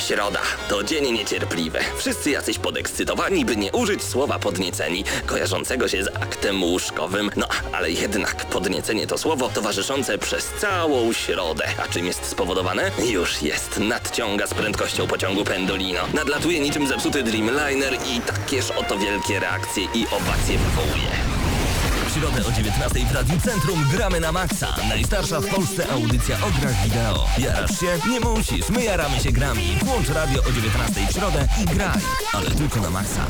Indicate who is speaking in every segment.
Speaker 1: Środa to dzień niecierpliwy. Wszyscy jacyś podekscytowani, by nie użyć słowa podnieceni, kojarzącego się z aktem łóżkowym. No, ale jednak podniecenie to słowo towarzyszące przez całą środę. A czym jest spowodowane? Już jest. Nadciąga z prędkością pociągu Pendolino. Nadlatuje niczym zepsuty Dreamliner i takież oto wielkie reakcje i owacje wywołuje. W środę o 19:00 w Radiu Centrum gramy na maksa. Najstarsza w Polsce audycja o grach wideo. Jarasz się? Nie musisz. My jaramy się grami. Włącz radio o 19:00 w środę i graj. Ale tylko na maksa.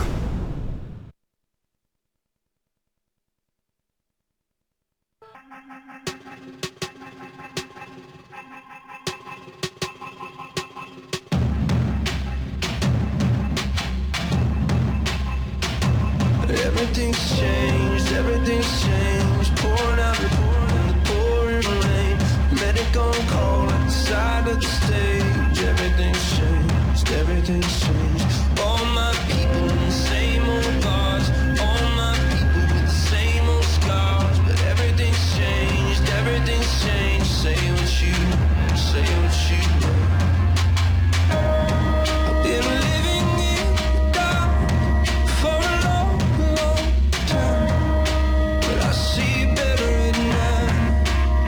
Speaker 2: Everything's changed, pouring out in the pouring rain. Let it go cold at the side of the stage. Everything's changed. All my people in the same old bars, all my people with the same old scars. But everything's changed. Say what you know. I've been living in the dark for a long time. I see better at night,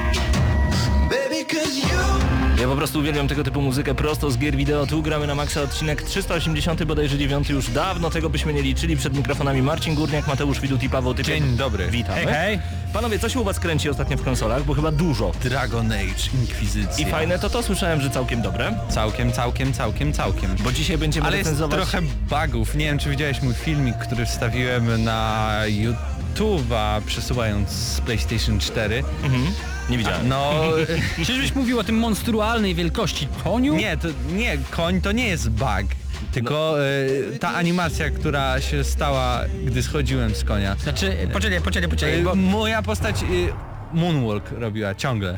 Speaker 2: baby, 'cause you.
Speaker 1: Ja po prostu uwielbiam tego typu muzykę prosto z gier wideo. Tu gramy na maksa, odcinek 380, bodajże 9 już dawno. Tego byśmy nie liczyli. Przed mikrofonami Marcin Górniak, Mateusz Widut i Paweł Typiak.
Speaker 3: Dzień dobry.
Speaker 1: Witamy.
Speaker 3: Hej.
Speaker 1: Panowie, co się u was kręci ostatnio w konsolach? Bo chyba dużo.
Speaker 3: Dragon Age, Inkwizycja.
Speaker 1: I fajne to słyszałem, że całkiem dobre.
Speaker 3: Całkiem.
Speaker 1: Bo dzisiaj będziemy
Speaker 3: Ale jest
Speaker 1: recenzować...
Speaker 3: trochę bugów. Nie wiem, czy widziałeś mój filmik, który wstawiłem na YouTube'a, przesuwając z PlayStation 4.
Speaker 1: Nie widziałem.
Speaker 3: No...
Speaker 4: Czyżbyś mówił o tym monstrualnej wielkości koniu?
Speaker 3: Nie, koń to nie jest bug. Tylko ta animacja, która się stała, gdy schodziłem z konia.
Speaker 4: Znaczy, poczekaj, bo...
Speaker 3: Moja postać moonwalk robiła ciągle.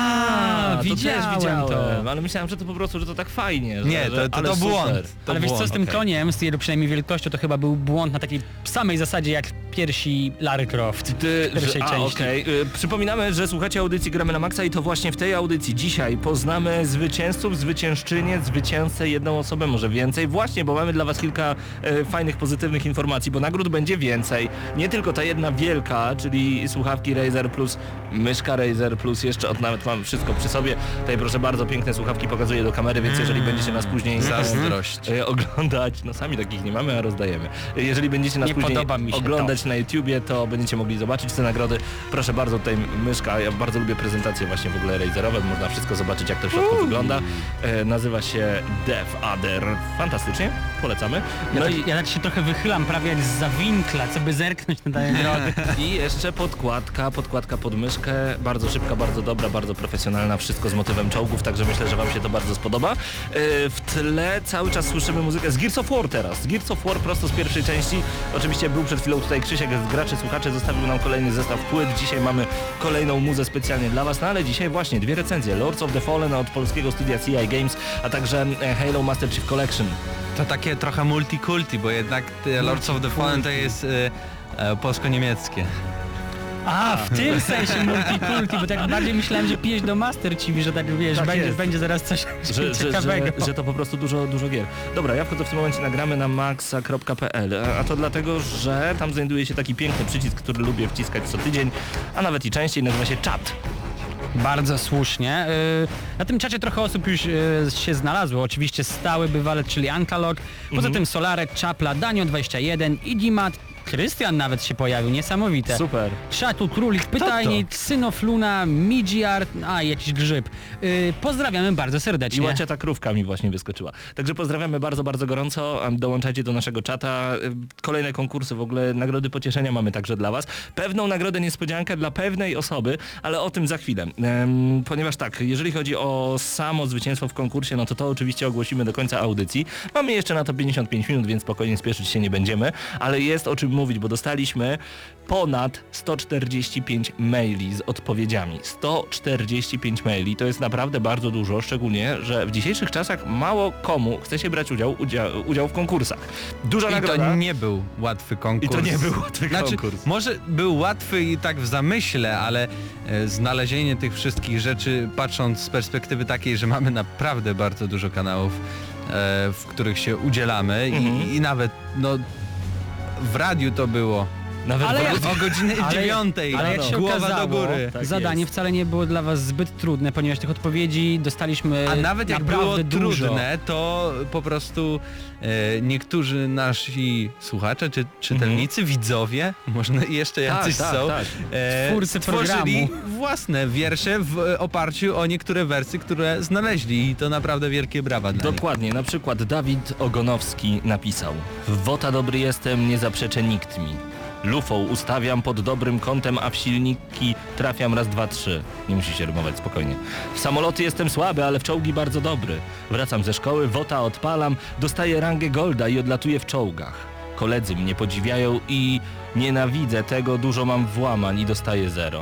Speaker 4: Widziałem to.
Speaker 1: Ale myślałem, że to po prostu, że to tak fajnie.
Speaker 3: Nie, to błąd.
Speaker 4: Ale wiesz co, z tym koniem, z jego przynajmniej wielkością, to chyba był błąd na takiej samej zasadzie jak piersi Lara Croft w pierwszej części.
Speaker 1: Przypominamy, że słuchacie audycji Gramy na Maxa i to właśnie w tej audycji dzisiaj poznamy zwycięzców, zwyciężczynię, zwycięzcę, jedną osobę, może więcej. Właśnie, bo mamy dla was kilka fajnych, pozytywnych informacji, bo nagród będzie więcej. Nie tylko ta jedna wielka, czyli słuchawki Razer Plus, myszka Razer Plus, jeszcze nawet mam wszystko przy sobie. Tutaj proszę bardzo, piękne słuchawki pokazuję do kamery, więc jeżeli będziecie nas później
Speaker 3: Zazdrość.
Speaker 1: oglądać, no sami takich nie mamy, a rozdajemy. Jeżeli będziecie nas później oglądać na YouTubie, to będziecie mogli zobaczyć te nagrody. Proszę bardzo, tutaj myszka, ja bardzo lubię prezentacje właśnie w ogóle razerowe, można wszystko zobaczyć, jak to w środku wygląda. Nazywa się Death Adder. Fantastycznie, polecamy.
Speaker 4: Ja tak się trochę wychylam, prawie jak zza winkla, co by zerknąć na danej drogę.
Speaker 1: I jeszcze podkładka pod myszkę, bardzo szybka, bardzo dobra, bardzo profesjonalna, wszystko z motywem czołgów, także myślę, że wam się to bardzo spodoba. W tle cały czas słyszymy muzykę z Gears of War teraz. Gears of War prosto z pierwszej części. Oczywiście był przed chwilą tutaj Krzysiek z Graczy Słuchacze, zostawił nam kolejny zestaw płyt. Dzisiaj mamy kolejną muzę specjalnie dla was, no ale dzisiaj właśnie dwie recenzje. Lords of the Fallen od polskiego studia CI Games, a także Halo Master Chief Collection.
Speaker 3: To takie trochę multikulti, bo jednak Lords of the Fallen to jest polsko-niemieckie.
Speaker 4: W tym sensie multikulti, bo tak bardziej myślałem, że pijesz do Master Chief, że tak wiesz, tak będzie zaraz coś ciekawego.
Speaker 1: Że to po prostu dużo gier. Dobra, ja wchodzę w tym momencie, nagramy na maxa.pl, a to dlatego, że tam znajduje się taki piękny przycisk, który lubię wciskać co tydzień, a nawet i częściej, nazywa się czat.
Speaker 4: Bardzo słusznie. Na tym czacie trochę osób już się znalazło. Oczywiście stały bywalec, czyli Ankalog. Poza tym Solarek, Czapla, Danio21, Idimat, Krystian nawet się pojawił, niesamowite.
Speaker 1: Super.
Speaker 4: Szatu, Królik, Pytajnik, Synofluna, Midziar, jakiś grzyb. Pozdrawiamy bardzo serdecznie.
Speaker 1: I łaciata krówka mi właśnie wyskoczyła. Także pozdrawiamy bardzo, bardzo gorąco. Dołączajcie do naszego czata. Kolejne konkursy, w ogóle nagrody pocieszenia mamy także dla was. Pewną nagrodę niespodziankę dla pewnej osoby, ale o tym za chwilę. Ponieważ tak, jeżeli chodzi o samo zwycięstwo w konkursie, no to oczywiście ogłosimy do końca audycji. Mamy jeszcze na to 55 minut, więc spokojnie spieszyć się nie będziemy, ale jest o czym
Speaker 5: mówić, bo dostaliśmy ponad 145 maili z odpowiedziami. 145 maili to jest naprawdę bardzo dużo, szczególnie, że w dzisiejszych czasach mało komu chce się brać udział w konkursach. Duża
Speaker 3: I
Speaker 5: nagroda.
Speaker 3: to nie był łatwy konkurs.
Speaker 5: I to nie był łatwy
Speaker 3: Znaczy,
Speaker 5: konkurs.
Speaker 3: może był łatwy i tak w zamyśle, ale znalezienie tych wszystkich rzeczy, patrząc z perspektywy takiej, że mamy naprawdę bardzo dużo kanałów, w których się udzielamy i nawet w radiu to było.
Speaker 5: Nawet
Speaker 4: Ale
Speaker 5: w-
Speaker 3: O godzinie 9,
Speaker 4: Ale jak się
Speaker 3: głowa
Speaker 4: okazało,
Speaker 3: do góry.
Speaker 5: Tak
Speaker 4: zadanie
Speaker 5: jest.
Speaker 4: wcale nie było dla was zbyt trudne, ponieważ tych odpowiedzi dostaliśmy
Speaker 3: A nawet jak
Speaker 4: naprawdę
Speaker 3: było
Speaker 4: dużo.
Speaker 3: trudne, to po prostu niektórzy nasi słuchacze czy czytelnicy, widzowie, można jeszcze jacyś
Speaker 5: tak,
Speaker 3: są,
Speaker 5: tak.
Speaker 4: Twórcy
Speaker 3: tworzyli
Speaker 4: programu.
Speaker 3: własne wiersze w oparciu o niektóre wersy, które znaleźli i to naprawdę wielkie brawa dla nich.
Speaker 5: Dokładnie, na przykład Dawid Ogonowski napisał: Wota dobry jestem, nie zaprzecze nikt mi. Lufą ustawiam pod dobrym kątem, a w silniki trafiam raz, dwa, trzy. Nie musi się rymować, spokojnie. W samoloty jestem słaby, ale w czołgi bardzo dobry. Wracam ze szkoły, wota odpalam, dostaję rangę golda i odlatuję w czołgach. Koledzy mnie podziwiają i nienawidzę tego, dużo mam włamań i dostaję 0.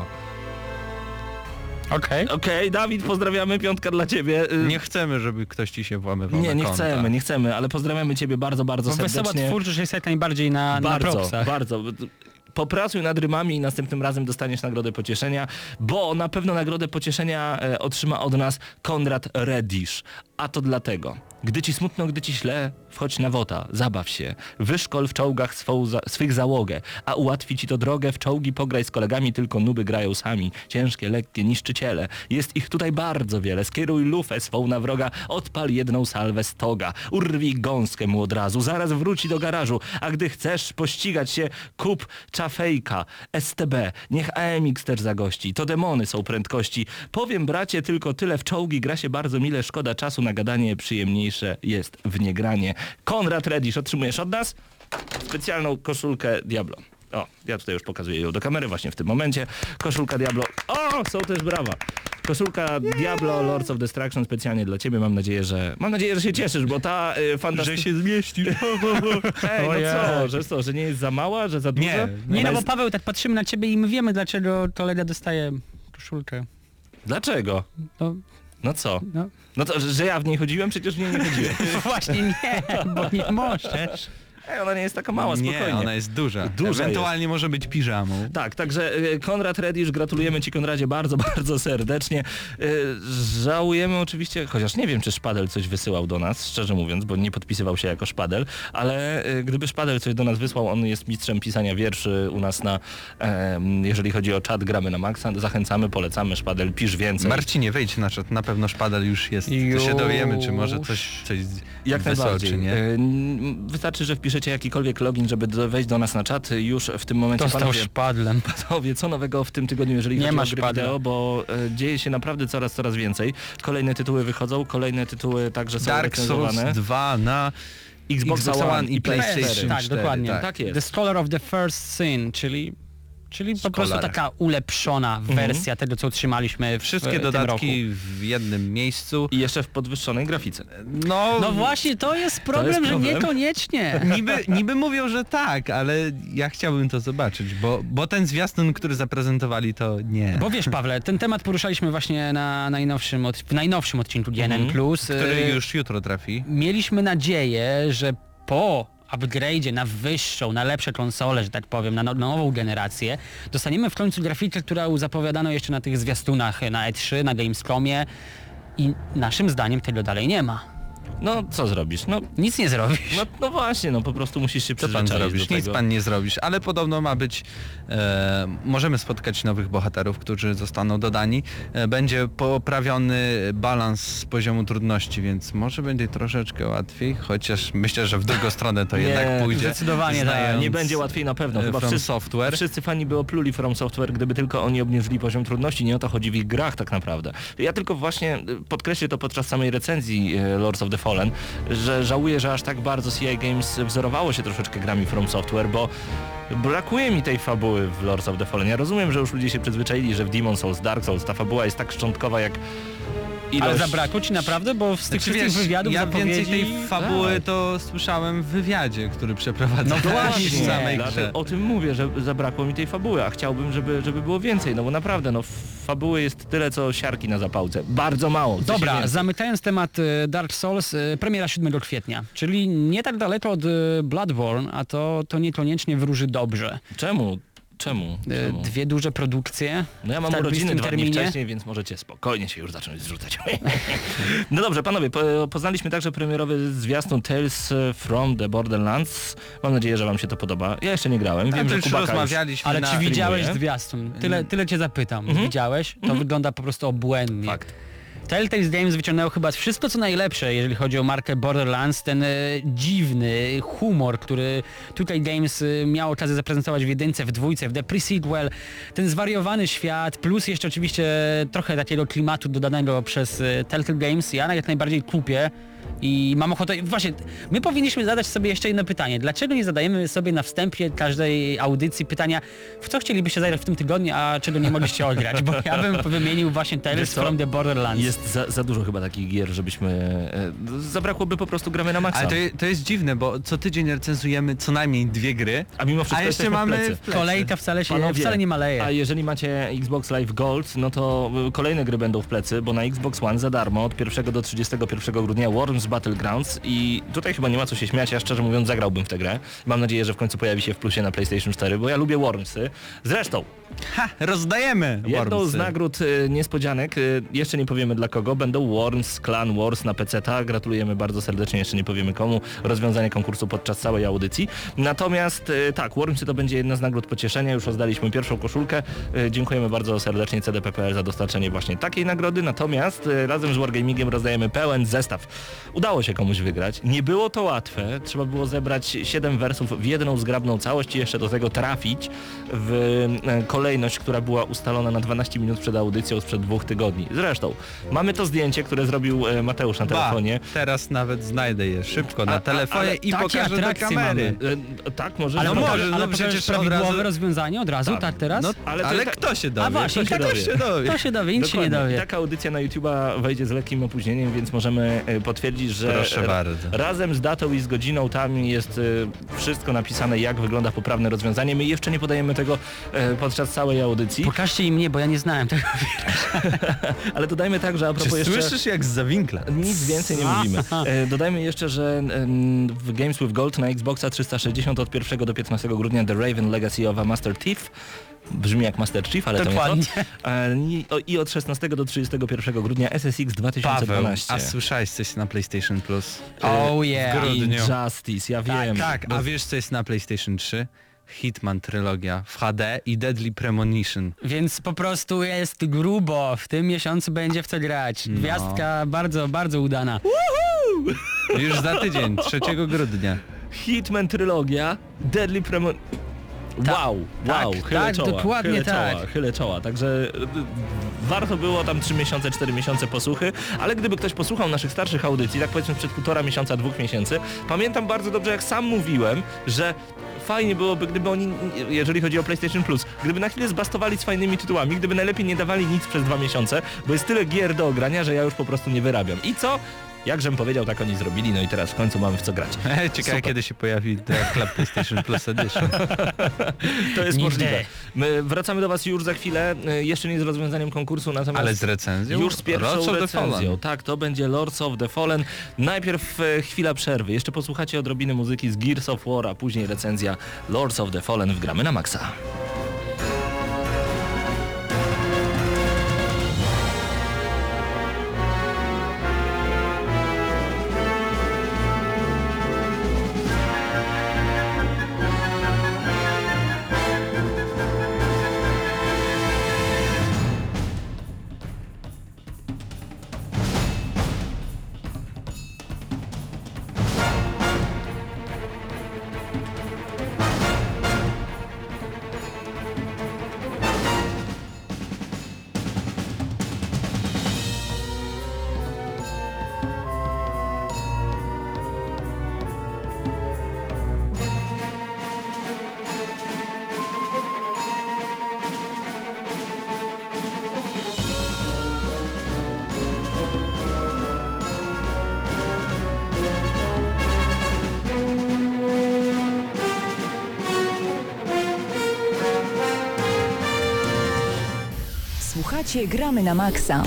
Speaker 4: Okej.
Speaker 5: Okej, Dawid, pozdrawiamy, piątka dla ciebie.
Speaker 3: Nie chcemy, żeby ktoś ci się włamywał
Speaker 5: Nie,
Speaker 3: na
Speaker 5: nie
Speaker 3: konta.
Speaker 5: chcemy, ale pozdrawiamy ciebie bardzo, bardzo
Speaker 4: Bo wesoła
Speaker 5: serdecznie.
Speaker 4: twórczość jest jak najbardziej na propsach.
Speaker 5: Bardzo. Popracuj nad rymami i następnym razem dostaniesz nagrodę pocieszenia, bo na pewno nagrodę pocieszenia otrzyma od nas Konrad Redisz. A to dlatego, gdy ci smutno, gdy ci źle, wchodź na WOTA, zabaw się, wyszkol w czołgach swych załogę, a ułatwi ci to drogę, w czołgi pograj z kolegami, tylko nuby grają sami, ciężkie, lekkie, niszczyciele. Jest ich tutaj bardzo wiele, skieruj lufę swą na wroga, odpal jedną salwę z toga, urwij gąskę mu od razu, zaraz wróci do garażu, a gdy chcesz pościgać się, kup czafejka, STB, niech AMX też zagości, to demony są prędkości. Powiem bracie tylko tyle, w czołgi gra się bardzo mile, szkoda czasu na gadanie, przyjemniejsze jest w niegranie. Konrad Redisz, otrzymujesz od nas specjalną koszulkę Diablo. O, ja tutaj już pokazuję ją do kamery właśnie w tym momencie. Koszulka Diablo. O, są też brawa. Koszulka Diablo Lords of Destruction specjalnie dla ciebie. Mam nadzieję, że się cieszysz, bo ta fantastyczna...
Speaker 3: Że się zmieścisz.
Speaker 5: Ej,
Speaker 4: Ojej.
Speaker 5: no co, że nie jest za mała, że za duża?
Speaker 4: Nie, no bo
Speaker 5: jest...
Speaker 4: Paweł, tak patrzymy na ciebie i my wiemy, dlaczego Toledo dostaje koszulkę.
Speaker 5: Dlaczego?
Speaker 4: No,
Speaker 5: No co?
Speaker 4: no.
Speaker 5: No to, że ja w niej chodziłem? Przecież nie chodziłem.
Speaker 4: Właśnie nie, bo nie możesz.
Speaker 5: Ej, ona nie jest taka mała, spokojnie.
Speaker 3: Nie, ona jest duża.
Speaker 5: Duża
Speaker 3: Ewentualnie może być piżamą.
Speaker 5: Tak, także Konrad Redisz, gratulujemy Ci, Konradzie, bardzo, bardzo serdecznie. Żałujemy oczywiście, chociaż nie wiem, czy Szpadel coś wysyłał do nas, szczerze mówiąc, bo nie podpisywał się jako Szpadel, ale gdyby Szpadel coś do nas wysłał, on jest mistrzem pisania wierszy u nas jeżeli chodzi o czat, gramy na maksa, zachęcamy, polecamy, Szpadel, pisz więcej.
Speaker 3: Marcinie, wejdź na czat, na pewno Szpadel już jest. To się dowiemy, czy może coś
Speaker 5: Jak
Speaker 3: wysłał,
Speaker 5: najbardziej.
Speaker 3: czy nie.
Speaker 5: Wystarczy, że wpiszecie jakikolwiek login, żeby wejść do nas na czat. Już w tym momencie
Speaker 4: Dostał szpadlem.
Speaker 5: panowie, co nowego w tym tygodniu, jeżeli
Speaker 4: Nie
Speaker 5: chodzi
Speaker 4: ma
Speaker 5: o gry
Speaker 4: szpadla.
Speaker 5: wideo, bo dzieje się naprawdę coraz więcej. Kolejne tytuły wychodzą, kolejne tytuły także są
Speaker 3: Dark Souls
Speaker 5: recenzowane.
Speaker 3: 2 na
Speaker 5: Xbox One i PlayStation 4.
Speaker 4: Tak,
Speaker 3: 4,
Speaker 4: dokładnie.
Speaker 5: Tak jest.
Speaker 4: The Scholar of the First Sin, czyli po prostu
Speaker 3: Scholar.
Speaker 4: taka ulepszona wersja tego, co otrzymaliśmy w
Speaker 3: Wszystkie
Speaker 4: tym roku.
Speaker 3: dodatki w jednym miejscu.
Speaker 5: I jeszcze w podwyższonej grafice.
Speaker 4: No właśnie, to jest problem, że
Speaker 5: problem.
Speaker 4: niekoniecznie.
Speaker 3: Niby mówią, że tak, ale ja chciałbym to zobaczyć, bo ten zwiastun, który zaprezentowali, to nie.
Speaker 4: Bo wiesz, Pawle, ten temat poruszaliśmy właśnie w najnowszym odcinku GNN+.
Speaker 3: Który już jutro trafi.
Speaker 4: Mieliśmy nadzieję, że po upgrade'zie na wyższą, na lepsze konsole, że tak powiem, na nową generację, dostaniemy w końcu grafikę, którą zapowiadano jeszcze na tych zwiastunach na E3, na Gamescomie i naszym zdaniem tego dalej nie ma.
Speaker 5: No, co zrobisz? No,
Speaker 4: Nic nie zrobisz.
Speaker 5: no właśnie, no po prostu musisz się
Speaker 3: Co pan
Speaker 5: przyzwyczaić
Speaker 3: zrobisz?
Speaker 5: do
Speaker 3: Nic
Speaker 5: tego.
Speaker 3: pan nie zrobisz, ale podobno ma być, możemy spotkać nowych bohaterów, którzy zostaną dodani. Będzie poprawiony balans z poziomu trudności, więc może będzie troszeczkę łatwiej, chociaż myślę, że w drugą stronę to
Speaker 5: Nie,
Speaker 3: jednak pójdzie.
Speaker 4: zdecydowanie
Speaker 3: znając,
Speaker 5: Nie będzie łatwiej na pewno. Chyba
Speaker 3: From Software.
Speaker 5: Wszyscy fani by opluli From Software, gdyby tylko oni obniżyli poziom trudności. Nie o to chodzi w ich grach tak naprawdę. Ja tylko właśnie podkreślę to podczas samej recenzji Lords of the Fallen, że żałuję, że aż tak bardzo CI Games wzorowało się troszeczkę grami From Software, bo brakuje mi tej fabuły w Lords of the Fallen. Ja rozumiem, że już ludzie się przyzwyczaili, że w Demon's Souls, Dark Souls ta fabuła jest tak szczątkowa jak
Speaker 4: Ale zabrakło ci naprawdę, bo z tych
Speaker 3: Znaczy,
Speaker 4: wszystkich wywiadów,
Speaker 3: ja więcej
Speaker 4: zapowiedzi...
Speaker 3: tej fabuły to słyszałem w wywiadzie, który przeprowadzałem
Speaker 4: No właśnie.
Speaker 3: w samej grze.
Speaker 5: O tym mówię, że zabrakło mi tej fabuły, a chciałbym, żeby było więcej, no bo naprawdę, no fabuły jest tyle, co siarki na zapałce. Bardzo mało. Chce się
Speaker 4: Dobra,
Speaker 5: więcej.
Speaker 4: zamykając temat Dark Souls, premiera 7 kwietnia, czyli nie tak daleko od Bloodborne, a to niekoniecznie wróży dobrze.
Speaker 5: Czemu?
Speaker 4: Dwie duże produkcje.
Speaker 5: No ja mam
Speaker 4: w tak
Speaker 5: urodziny
Speaker 4: bliskim
Speaker 5: 2 dni
Speaker 4: terminie.
Speaker 5: wcześniej, więc możecie spokojnie się już zacząć zrzucać. No dobrze, panowie, poznaliśmy także premierowy zwiastun Tales from the Borderlands. Mam nadzieję, że wam się to podoba. Ja jeszcze nie grałem, wiem,
Speaker 3: to
Speaker 5: że
Speaker 3: już
Speaker 5: Kubaka już...
Speaker 3: rozmawialiśmy
Speaker 4: Ale
Speaker 3: na
Speaker 4: czy widziałeś
Speaker 5: streamuje.
Speaker 4: zwiastun? Tyle cię zapytam. Widziałeś? To wygląda po prostu obłędnie.
Speaker 5: Fakt.
Speaker 4: Telltale Games wyciągnęło chyba wszystko co najlepsze, jeżeli chodzi o markę Borderlands, ten dziwny humor, który tutaj Games miał okazję zaprezentować w jedynce, w dwójce, w The Pre-Sequel, ten zwariowany świat, plus jeszcze oczywiście trochę takiego klimatu dodanego przez Telltale Games. Ja jak najbardziej kupię i mam ochotę... Właśnie, my powinniśmy zadać sobie jeszcze jedno pytanie. Dlaczego nie zadajemy sobie na wstępie każdej audycji pytania, w co chcielibyście zagrać w tym tygodniu, a czego nie mogliście ograć? Bo ja bym wymienił właśnie Tales
Speaker 5: Wiesz co?
Speaker 4: from the Borderlands.
Speaker 5: Jest za dużo chyba takich gier, żebyśmy... zabrakłoby po prostu gramy na maksa.
Speaker 3: Ale to jest dziwne, bo co tydzień recenzujemy co najmniej 2 gry,
Speaker 5: A mimo wszystko
Speaker 3: a jeszcze
Speaker 5: jesteśmy w
Speaker 3: mamy
Speaker 5: plecy.
Speaker 3: w plecy.
Speaker 4: Kolejka wcale nie maleje.
Speaker 5: A jeżeli macie Xbox Live Gold, no to kolejne gry będą w plecy, bo na Xbox One za darmo od 1 do 31 grudnia Worms Battlegrounds i tutaj chyba nie ma co się śmiać, ja szczerze mówiąc zagrałbym w tę grę. Mam nadzieję, że w końcu pojawi się w plusie na PlayStation 4, bo ja lubię Wormsy. Zresztą,
Speaker 3: Ha, rozdajemy
Speaker 5: jedną
Speaker 3: Wormsy.
Speaker 5: z nagród niespodzianek, jeszcze nie powiemy dla kogo, będą Worms Clan Wars na PC-ta. Gratulujemy bardzo serdecznie, jeszcze nie powiemy komu, rozwiązanie konkursu podczas całej audycji. Natomiast tak, Wormsy to będzie jedna z nagród pocieszenia, już rozdaliśmy pierwszą koszulkę. Dziękujemy bardzo serdecznie CDPPL za dostarczenie właśnie takiej nagrody, natomiast razem z Wargamingiem rozdajemy pełen zestaw. Udało się komuś wygrać, nie było to łatwe, trzeba było zebrać 7 wersów w jedną zgrabną całość i jeszcze do tego trafić w kolejność, która była ustalona na 12 minut przed audycją sprzed 2 tygodni. Zresztą, mamy to zdjęcie, które zrobił Mateusz na telefonie.
Speaker 3: Teraz nawet znajdę je szybko na telefonie
Speaker 5: ale
Speaker 3: i
Speaker 4: takie
Speaker 3: pokażę do
Speaker 4: atrakcje
Speaker 3: kamery.
Speaker 5: Tak, może
Speaker 4: Ale
Speaker 5: zrobić.
Speaker 3: może, no
Speaker 4: ale
Speaker 3: przecież
Speaker 4: przecież
Speaker 3: od
Speaker 4: prawidłowe
Speaker 3: razu-
Speaker 4: rozwiązanie od razu, tak teraz?
Speaker 3: No,
Speaker 5: Ale
Speaker 3: ale,
Speaker 5: to-
Speaker 3: kto się dowie?
Speaker 4: A właśnie,
Speaker 5: kto się
Speaker 3: Kto
Speaker 5: dowie?
Speaker 3: się dowie?
Speaker 4: To się dowie, nic się nie
Speaker 5: Dokładnie.
Speaker 4: dowie.
Speaker 5: Taka audycja na YouTube'a wejdzie z lekkim opóźnieniem, więc możemy potwierdzić, że
Speaker 3: Proszę bardzo.
Speaker 5: razem z datą i z godziną tam jest wszystko napisane, jak wygląda poprawne rozwiązanie. My jeszcze nie podajemy tego podczas całej audycji,
Speaker 4: Pokażcie im mnie, bo ja nie znałem tego.
Speaker 5: ale dodajmy tak, że a
Speaker 3: Czy
Speaker 5: propos jeszcze...
Speaker 3: słyszysz jak z zawinkla?
Speaker 5: Nic więcej nie mówimy. Dodajmy jeszcze, że w Games with Gold na Xboxa 360 od 1 do 15 grudnia The Raven Legacy of a Master Thief. Brzmi jak Master Chief, ale
Speaker 4: Dokładnie.
Speaker 5: to nie to. I od 16 do 31 grudnia SSX
Speaker 3: Paweł,
Speaker 5: 2012.
Speaker 3: a słyszałeś coś na PlayStation Plus?
Speaker 4: Oh yeah.
Speaker 3: w grudniu.
Speaker 5: Injustice, ja wiem.
Speaker 3: Tak, a wiesz co jest na PlayStation 3? Hitman trylogia w HD i Deadly Premonition.
Speaker 4: Więc po prostu jest grubo. W tym miesiącu będzie w co grać. Gwiazdka bardzo, bardzo udana.
Speaker 3: Już za tydzień, 3 grudnia.
Speaker 5: Hitman trylogia, Deadly Premonition. Wow,
Speaker 4: tak,
Speaker 5: chylę
Speaker 4: tak,
Speaker 5: czoła,
Speaker 4: dokładnie
Speaker 5: chylę
Speaker 4: tak.
Speaker 5: Czoła, chylę czoła, także warto było tam 3 miesiące, 4 miesiące posłuchy, ale gdyby ktoś posłuchał naszych starszych audycji, tak powiedzmy przed 1,5 miesiąca, 2 miesięcy, pamiętam bardzo dobrze, jak sam mówiłem, że fajnie byłoby, gdyby oni, jeżeli chodzi o PlayStation Plus, gdyby na chwilę zbastowali z fajnymi tytułami, gdyby najlepiej nie dawali nic przez 2 miesiące, bo jest tyle gier do ogrania, że ja już po prostu nie wyrabiam. I co? Jakżem powiedział, tak oni zrobili, no i teraz w końcu mamy w co grać.
Speaker 3: Ciekawe
Speaker 5: Super.
Speaker 3: kiedy się pojawi The Club PlayStation Plus Edition.
Speaker 5: To jest
Speaker 4: Nigdy.
Speaker 5: możliwe. My wracamy do Was już za chwilę, jeszcze nie z rozwiązaniem konkursu, natomiast
Speaker 3: Ale z recenzją?
Speaker 5: już z pierwszą
Speaker 3: Lords of the
Speaker 5: recenzją.
Speaker 3: Fallen.
Speaker 5: Tak, to będzie Lords of the Fallen. Najpierw chwila przerwy, jeszcze posłuchacie odrobiny muzyki z Gears of War, a później recenzja Lords of the Fallen w Gramy na Maxa.
Speaker 6: Słuchacie Gramy na Maxa.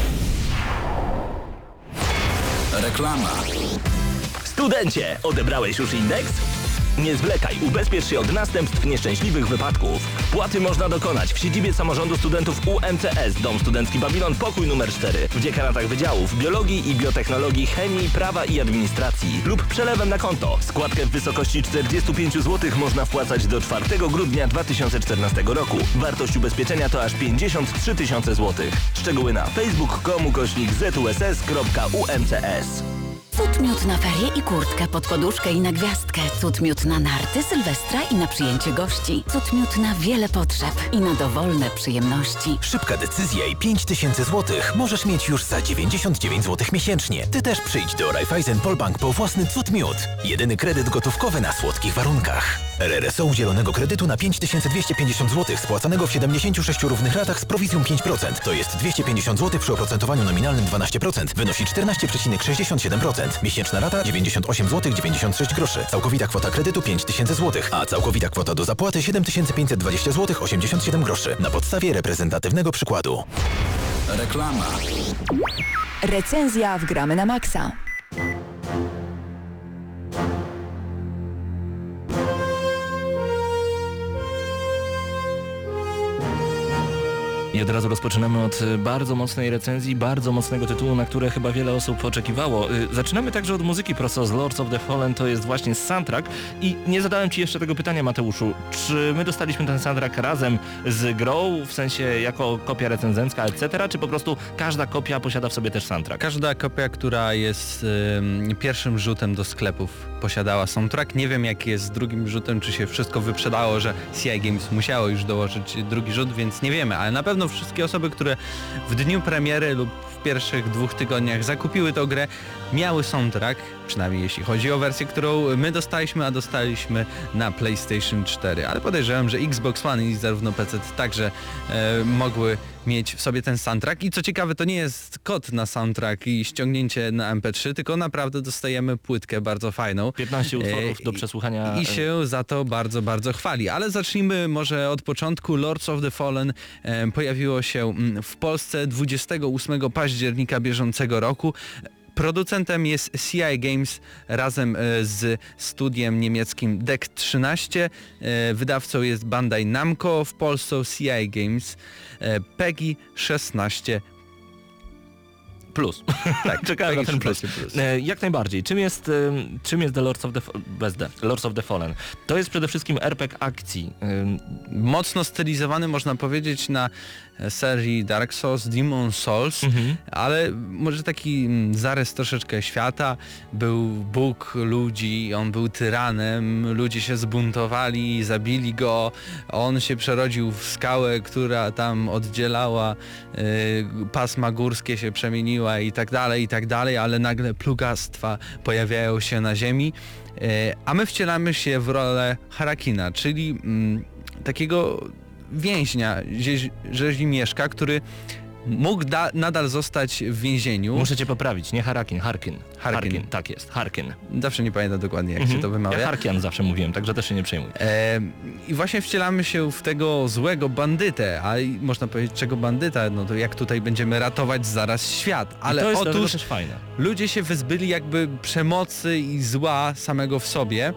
Speaker 7: Reklama.
Speaker 5: Studencie, odebrałeś już indeks? Nie zwlekaj, ubezpiecz się od następstw nieszczęśliwych wypadków. Płaty można dokonać w siedzibie samorządu studentów UMCS, Dom Studencki Babilon, pokój numer 4, w dziekanatach wydziałów biologii i biotechnologii, chemii, prawa i administracji lub przelewem na konto. Składkę w wysokości 45 zł można wpłacać do 4 grudnia 2014 roku. Wartość ubezpieczenia to aż 53 000 złotych. Szczegóły na facebook.com/zuss.umcs.
Speaker 8: Cud miód na ferie i kurtkę pod poduszkę i na gwiazdkę. Cud miód na narty, sylwestra i na przyjęcie gości. Cud miód na wiele potrzeb i na dowolne przyjemności.
Speaker 9: Szybka decyzja i 5000 zł możesz mieć już za 99 zł miesięcznie. Ty też przyjdź do Raiffeisen Polbank po własny cud miód. Jedyny kredyt gotówkowy na słodkich warunkach. RRSO udzielonego kredytu na 5250 zł spłacanego w 76 równych ratach z prowizją 5%. To jest 250 zł przy oprocentowaniu nominalnym 12%. Wynosi 14,67%. Miesięczna rata 98 zł 96 groszy. Całkowita kwota kredytu 5000 zł, a całkowita kwota do zapłaty 7520 zł 87 groszy. Na podstawie reprezentatywnego przykładu.
Speaker 7: Reklama.
Speaker 6: Recenzja w Gramy na Maxa.
Speaker 5: I od razu rozpoczynamy od bardzo mocnej recenzji, bardzo mocnego tytułu, na które chyba wiele osób oczekiwało. Zaczynamy także od muzyki prosto z Lords of the Fallen, to jest właśnie soundtrack i nie zadałem Ci jeszcze tego pytania, Mateuszu. Czy my dostaliśmy ten soundtrack razem z grą, w sensie jako kopia recenzencka, etc., czy po prostu każda kopia posiada w sobie też soundtrack?
Speaker 3: Każda kopia, która jest pierwszym rzutem do sklepów, posiadała soundtrack. Nie wiem, jak jest z drugim rzutem, czy się wszystko wyprzedało, że CI Games musiało już dołożyć drugi rzut, więc nie wiemy, ale na pewno wszystkie osoby, które w dniu premiery lub w pierwszych 2 tygodniach zakupiły tę grę, miały soundtrack, przynajmniej jeśli chodzi o wersję, którą my dostaliśmy, a dostaliśmy na PlayStation 4. Ale podejrzewam, że Xbox One i zarówno PC także mogły mieć w sobie ten soundtrack. I co ciekawe, to nie jest kod na soundtrack i ściągnięcie na MP3, tylko naprawdę dostajemy płytkę bardzo fajną.
Speaker 5: 15 utworów do przesłuchania.
Speaker 3: I się za to bardzo, bardzo chwali. Ale zacznijmy może od początku. Lords of the Fallen pojawiło się w Polsce 28 października bieżącego roku. Producentem jest CI Games razem z studiem niemieckim DEC 13. Wydawcą jest Bandai Namco, w Polsce CI Games. PEGI 16+.
Speaker 5: Tak, czekałem na ten plus. Jak najbardziej. Czym jest The Lords of the Lords of the Fallen? To jest przede wszystkim RPG akcji.
Speaker 3: Mocno stylizowany, można powiedzieć, na serii Dark Souls, Demon Souls, ale może taki zarys troszeczkę świata. Był Bóg ludzi, on był tyranem, ludzie się zbuntowali, zabili go, on się przerodził w skałę, która tam oddzielała, pasma górskie się przemieniła i tak dalej, ale nagle plugastwa pojawiają się na ziemi, a my wcielamy się w rolę Harakina, czyli takiego więźnia rzezimieszka, który mógł nadal zostać w więzieniu.
Speaker 5: Muszę Cię poprawić, nie Harkin. Tak jest, Harkin.
Speaker 3: Zawsze nie pamiętam dokładnie, jak się to wymawia.
Speaker 5: Ja Harkian zawsze mówiłem, także też się nie przejmuj.
Speaker 3: I właśnie wcielamy się w tego złego bandytę, a można powiedzieć, czego bandyta, no to jak tutaj będziemy ratować zaraz świat. Ale
Speaker 5: to jest
Speaker 3: otóż
Speaker 5: też fajne.
Speaker 3: Ludzie się wyzbyli jakby przemocy i zła samego w sobie.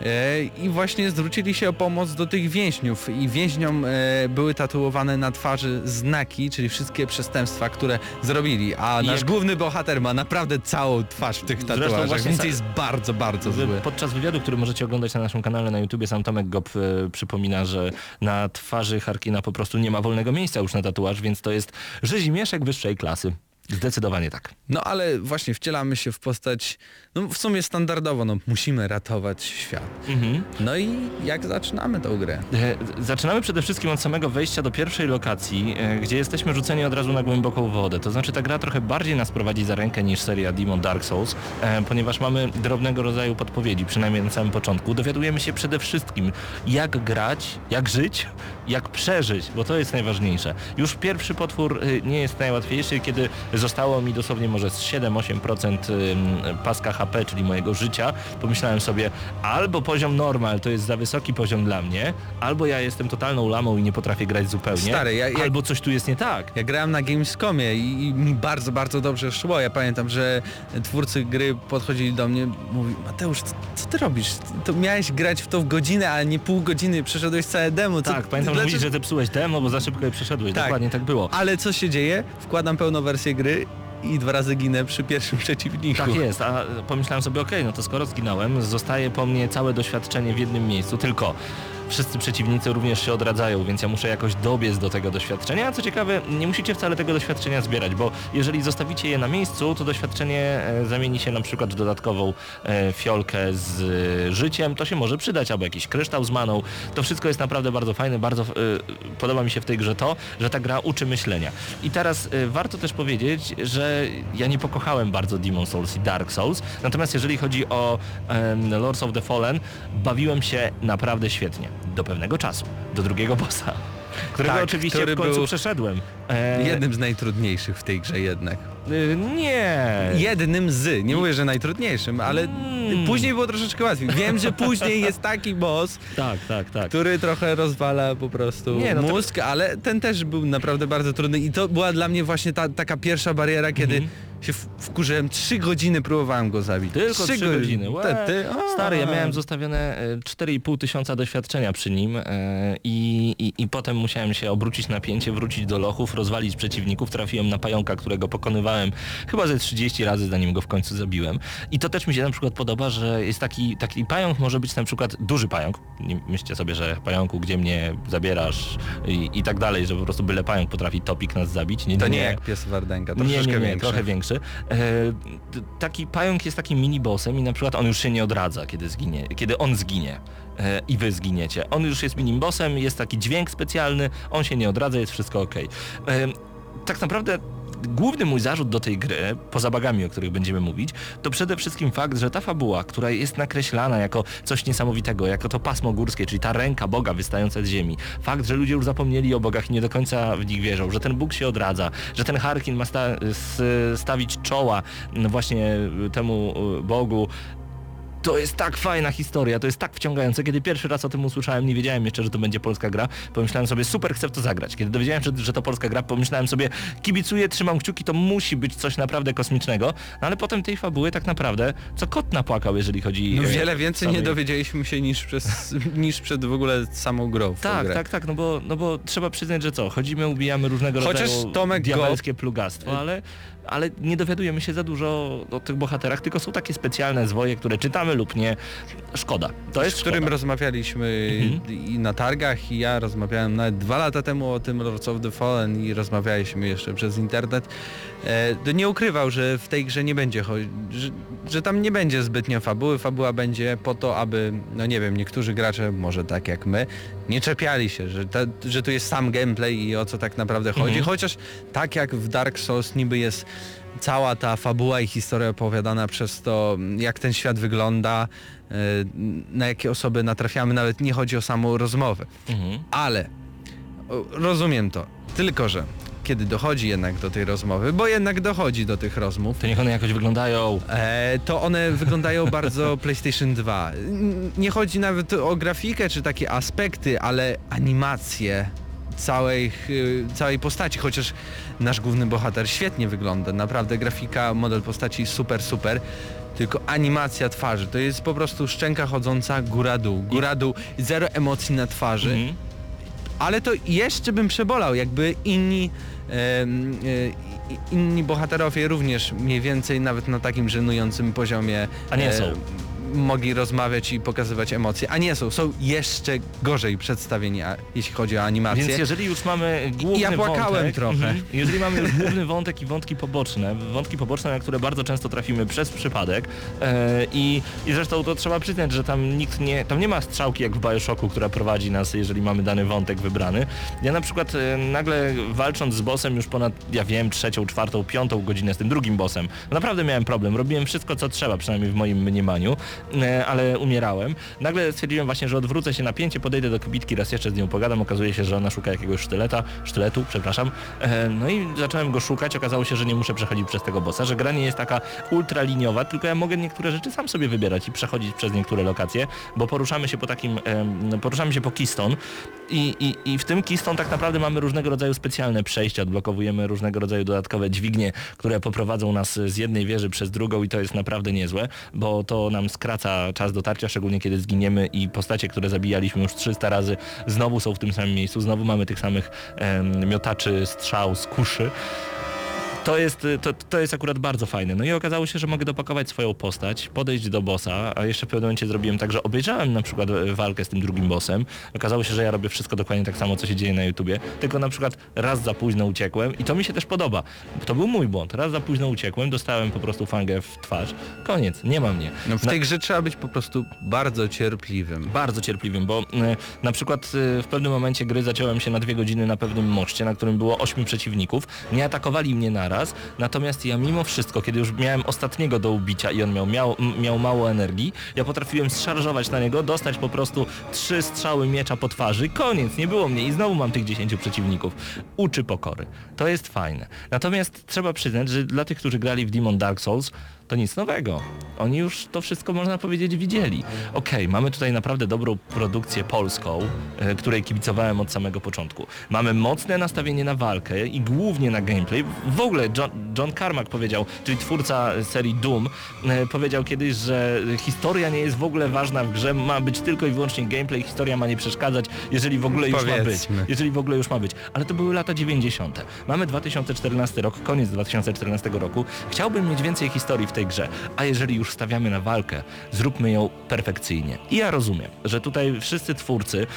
Speaker 3: I właśnie zwrócili się o pomoc do tych więźniów i więźniom były tatuowane na twarzy znaki, czyli wszystkie przestępstwa, które zrobili, a nasz główny bohater ma naprawdę całą twarz w tych tatuażach, więc jest bardzo, bardzo zły.
Speaker 5: Podczas wywiadu, który możecie oglądać na naszym kanale na YouTubie, sam Tomek Gop przypomina, że na twarzy Harkina po prostu nie ma wolnego miejsca już na tatuaż, więc to jest rzezimieszek wyższej klasy. Zdecydowanie tak.
Speaker 3: No ale właśnie wcielamy się w postać, no w sumie standardowo, no musimy ratować świat. No i jak zaczynamy tą grę?
Speaker 5: Zaczynamy przede wszystkim od samego wejścia do pierwszej lokacji, gdzie jesteśmy rzuceni od razu na głęboką wodę. To znaczy ta gra trochę bardziej nas prowadzi za rękę niż seria Demon Dark Souls, ponieważ mamy drobnego rodzaju podpowiedzi, przynajmniej na samym początku. Dowiadujemy się przede wszystkim, jak grać, jak żyć, jak przeżyć, bo to jest najważniejsze. Już pierwszy potwór nie jest najłatwiejszy, kiedy zostało mi dosłownie może z 7-8% paska HP, czyli mojego życia. Pomyślałem sobie, albo poziom normal to jest za wysoki poziom dla mnie, albo ja jestem totalną lamą i nie potrafię grać zupełnie,
Speaker 3: Stary,
Speaker 5: albo coś tu jest nie tak.
Speaker 3: Ja grałem na Gamescomie i mi bardzo, bardzo dobrze szło. Ja pamiętam, że twórcy gry podchodzili do mnie, mówi: Mateusz, co ty robisz? To miałeś grać w to w godzinę, a nie pół godziny, przeszedłeś całe demo.
Speaker 5: Tak, pamiętam, że mówisz, że zepsułeś demo, bo za szybko je przeszedłeś.
Speaker 3: Tak.
Speaker 5: Dokładnie tak było.
Speaker 3: Ale co się dzieje? Wkładam pełną wersję gry i 2 razy ginę przy pierwszym przeciwniku.
Speaker 5: Tak jest, a pomyślałem sobie, okej, no to skoro zginąłem, zostaje po mnie całe doświadczenie w jednym miejscu, tylko wszyscy przeciwnicy również się odradzają, więc ja muszę jakoś dobiec do tego doświadczenia. A co ciekawe, nie musicie wcale tego doświadczenia zbierać, bo jeżeli zostawicie je na miejscu, to doświadczenie zamieni się na przykład w dodatkową fiolkę z życiem. To się może przydać, albo jakiś kryształ z maną. To wszystko jest naprawdę bardzo fajne, bardzo podoba mi się w tej grze to, że ta gra uczy myślenia. I teraz warto też powiedzieć, że ja nie pokochałem bardzo Demon's Souls i Dark Souls, natomiast jeżeli chodzi o Lords of the Fallen, bawiłem się naprawdę świetnie. Do pewnego czasu. Do drugiego bossa. Którego
Speaker 3: Tak,
Speaker 5: oczywiście
Speaker 3: który
Speaker 5: w końcu
Speaker 3: był
Speaker 5: przeszedłem.
Speaker 3: Jednym z najtrudniejszych w tej grze jednak.
Speaker 5: Nie.
Speaker 3: Jednym z. Nie mówię, że najtrudniejszym, ale później było troszeczkę łatwiej. Wiem, że później jest taki boss,
Speaker 5: Tak.
Speaker 3: który trochę rozwala po prostu mózg, ale ten też był naprawdę bardzo trudny i to była dla mnie właśnie taka pierwsza bariera, kiedy się wkurzyłem. 3 godziny próbowałem go zabić.
Speaker 5: Tylko 3 godziny. Stary, ja
Speaker 3: miałem
Speaker 5: miałem zostawione 4,5 tysiąca doświadczenia przy nim i potem musiałem się obrócić na pięcie, wrócić do lochów, rozwalić przeciwników. Trafiłem na pająka, którego pokonywałem chyba ze 30 razy, zanim go w końcu zabiłem. I to też mi się na przykład podoba, że jest taki pająk, może być na przykład duży pająk. Nie myślcie sobie, że pająku, gdzie mnie zabierasz i tak dalej, że po prostu byle pająk potrafi topik nas zabić.
Speaker 3: To nie jak pies Wardenga, troszeczkę większy.
Speaker 5: Trochę większy. Taki pająk jest takim mini-bossem i na przykład on już się nie odradza, kiedy on zginie i wy zginiecie. On już jest mini-bossem, jest taki dźwięk specjalny, on się nie odradza, jest wszystko okej. Tak naprawdę główny mój zarzut do tej gry, poza bugami, o których będziemy mówić, to przede wszystkim fakt, że ta fabuła, która jest nakreślana jako coś niesamowitego, jako to pasmo górskie, czyli ta ręka Boga wystająca z ziemi, fakt, że ludzie już zapomnieli o bogach i nie do końca w nich wierzą, że ten Bóg się odradza, że ten Harkin ma stawić czoła właśnie temu Bogu. To jest tak fajna historia, to jest tak wciągające. Kiedy pierwszy raz o tym usłyszałem, nie wiedziałem jeszcze, że to będzie polska gra. Pomyślałem sobie, super, chcę w to zagrać. Kiedy dowiedziałem się, że to polska gra, pomyślałem sobie, kibicuję, trzymam kciuki, to musi być coś naprawdę kosmicznego. No ale potem tej fabuły tak naprawdę, co kot napłakał, jeżeli chodzi...
Speaker 3: No wiele więcej nie dowiedzieliśmy się niż przed w ogóle samą grą w tą grę.
Speaker 5: Tak, no bo trzeba przyznać, że chodzimy, ubijamy różnego rodzaju diabelskie plugastwo, ale nie dowiadujemy się za dużo o tych bohaterach, tylko są takie specjalne zwoje, które czytamy lub nie. Szkoda. To jest
Speaker 3: z którym
Speaker 5: szkoda.
Speaker 3: rozmawialiśmy i na targach, i ja rozmawiałem nawet 2 lata temu o tym Lords of the Fallen i rozmawialiśmy jeszcze przez internet. To nie ukrywał, że w tej grze nie będzie że tam nie będzie zbytnio fabuły. Fabuła będzie po to, aby, no nie wiem, niektórzy gracze, może tak jak my, nie czepiali się, że tu jest sam gameplay i o co tak naprawdę chodzi. Chociaż tak jak w Dark Souls niby jest cała ta fabuła i historia opowiadana przez to, jak ten świat wygląda, na jakie osoby natrafiamy, nawet nie chodzi o samą rozmowę. Ale rozumiem to, tylko że kiedy dochodzi jednak do tej rozmowy, bo jednak dochodzi do tych rozmów,
Speaker 5: to niech one jakoś wyglądają.
Speaker 3: To one wyglądają bardzo PlayStation 2. Nie chodzi nawet o grafikę czy takie aspekty, ale animacje całej postaci, chociaż nasz główny bohater świetnie wygląda, naprawdę grafika, model postaci super, tylko animacja twarzy, to jest po prostu szczęka chodząca góra-dół, zero emocji na twarzy, ale to jeszcze bym przebolał, jakby inni bohaterowie również mniej więcej nawet na takim żenującym poziomie mogli rozmawiać i pokazywać emocje, a nie są jeszcze gorzej przedstawieni, jeśli chodzi o animację.
Speaker 5: Więc jeżeli już mamy główny
Speaker 3: ja płakałem
Speaker 5: wątek,
Speaker 3: trochę.
Speaker 5: Jeżeli mamy już główny wątek i wątki poboczne, na które bardzo często trafimy przez przypadek i zresztą to trzeba przyznać, że tam tam nie ma strzałki jak w Bioshocku, która prowadzi nas, jeżeli mamy dany wątek wybrany. Ja na przykład nagle walcząc z bossem już ponad, 3., 4., 5. godzinę z tym drugim bossem, naprawdę miałem problem. Robiłem wszystko, co trzeba, przynajmniej w moim mniemaniu. ale umierałem. Nagle stwierdziłem właśnie, że odwrócę się napięcie, podejdę do kibitki, raz jeszcze z nią pogadam, okazuje się, że ona szuka jakiegoś sztyletu, przepraszam. No i zacząłem go szukać, okazało się, że nie muszę przechodzić przez tego bossa, że gra nie jest taka ultraliniowa, tylko ja mogę niektóre rzeczy sam sobie wybierać i przechodzić przez niektóre lokacje, bo poruszamy się po Keystone i w tym Keystone tak naprawdę mamy różnego rodzaju specjalne przejścia, odblokowujemy różnego rodzaju dodatkowe dźwignie, które poprowadzą nas z jednej wieży przez drugą i to jest naprawdę niezłe, bo to nam skraca czas dotarcia, szczególnie kiedy zginiemy i postacie, które zabijaliśmy już 300 razy, znowu są w tym samym miejscu, znowu mamy tych samych miotaczy strzał z kuszy. To jest akurat bardzo fajne. No i okazało się, że mogę dopakować swoją postać, podejść do bossa, a jeszcze w pewnym momencie zrobiłem tak, że obejrzałem na przykład walkę z tym drugim bossem. Okazało się, że ja robię wszystko dokładnie tak samo, co się dzieje na YouTubie, tylko na przykład raz za późno uciekłem i to mi się też podoba. To był mój błąd. Raz za późno uciekłem, dostałem po prostu fangę w twarz. Koniec, nie ma mnie.
Speaker 3: No w tej grze trzeba być po prostu bardzo cierpliwym.
Speaker 5: Bardzo cierpliwym, bo na przykład w pewnym momencie gry zaciąłem się na 2 godziny na pewnym moście, na którym było 8 przeciwników. Nie atakowali mnie naraz, natomiast ja mimo wszystko, kiedy już miałem ostatniego do ubicia i on miał mało energii, ja potrafiłem zszarżować na niego, dostać po prostu 3 strzały miecza po twarzy, koniec, nie było mnie i znowu mam tych 10 przeciwników. Uczy pokory. To jest fajne. Natomiast trzeba przyznać, że dla tych, którzy grali w Demon Dark Souls, to nic nowego. Oni już to wszystko, można powiedzieć, widzieli. Okej, mamy tutaj naprawdę dobrą produkcję polską, której kibicowałem od samego początku. Mamy mocne nastawienie na walkę i głównie na gameplay. W ogóle John Carmack powiedział, czyli twórca serii Doom, powiedział kiedyś, że historia nie jest w ogóle ważna w grze, ma być tylko i wyłącznie gameplay, historia ma nie przeszkadzać, jeżeli w ogóle już ma być. Jeżeli w ogóle już ma być. Ale to były lata 90. Mamy 2014 rok, koniec 2014 roku. Chciałbym mieć więcej historii w tej grze, a jeżeli już stawiamy na walkę, zróbmy ją perfekcyjnie. I ja rozumiem, że tutaj wszyscy twórcy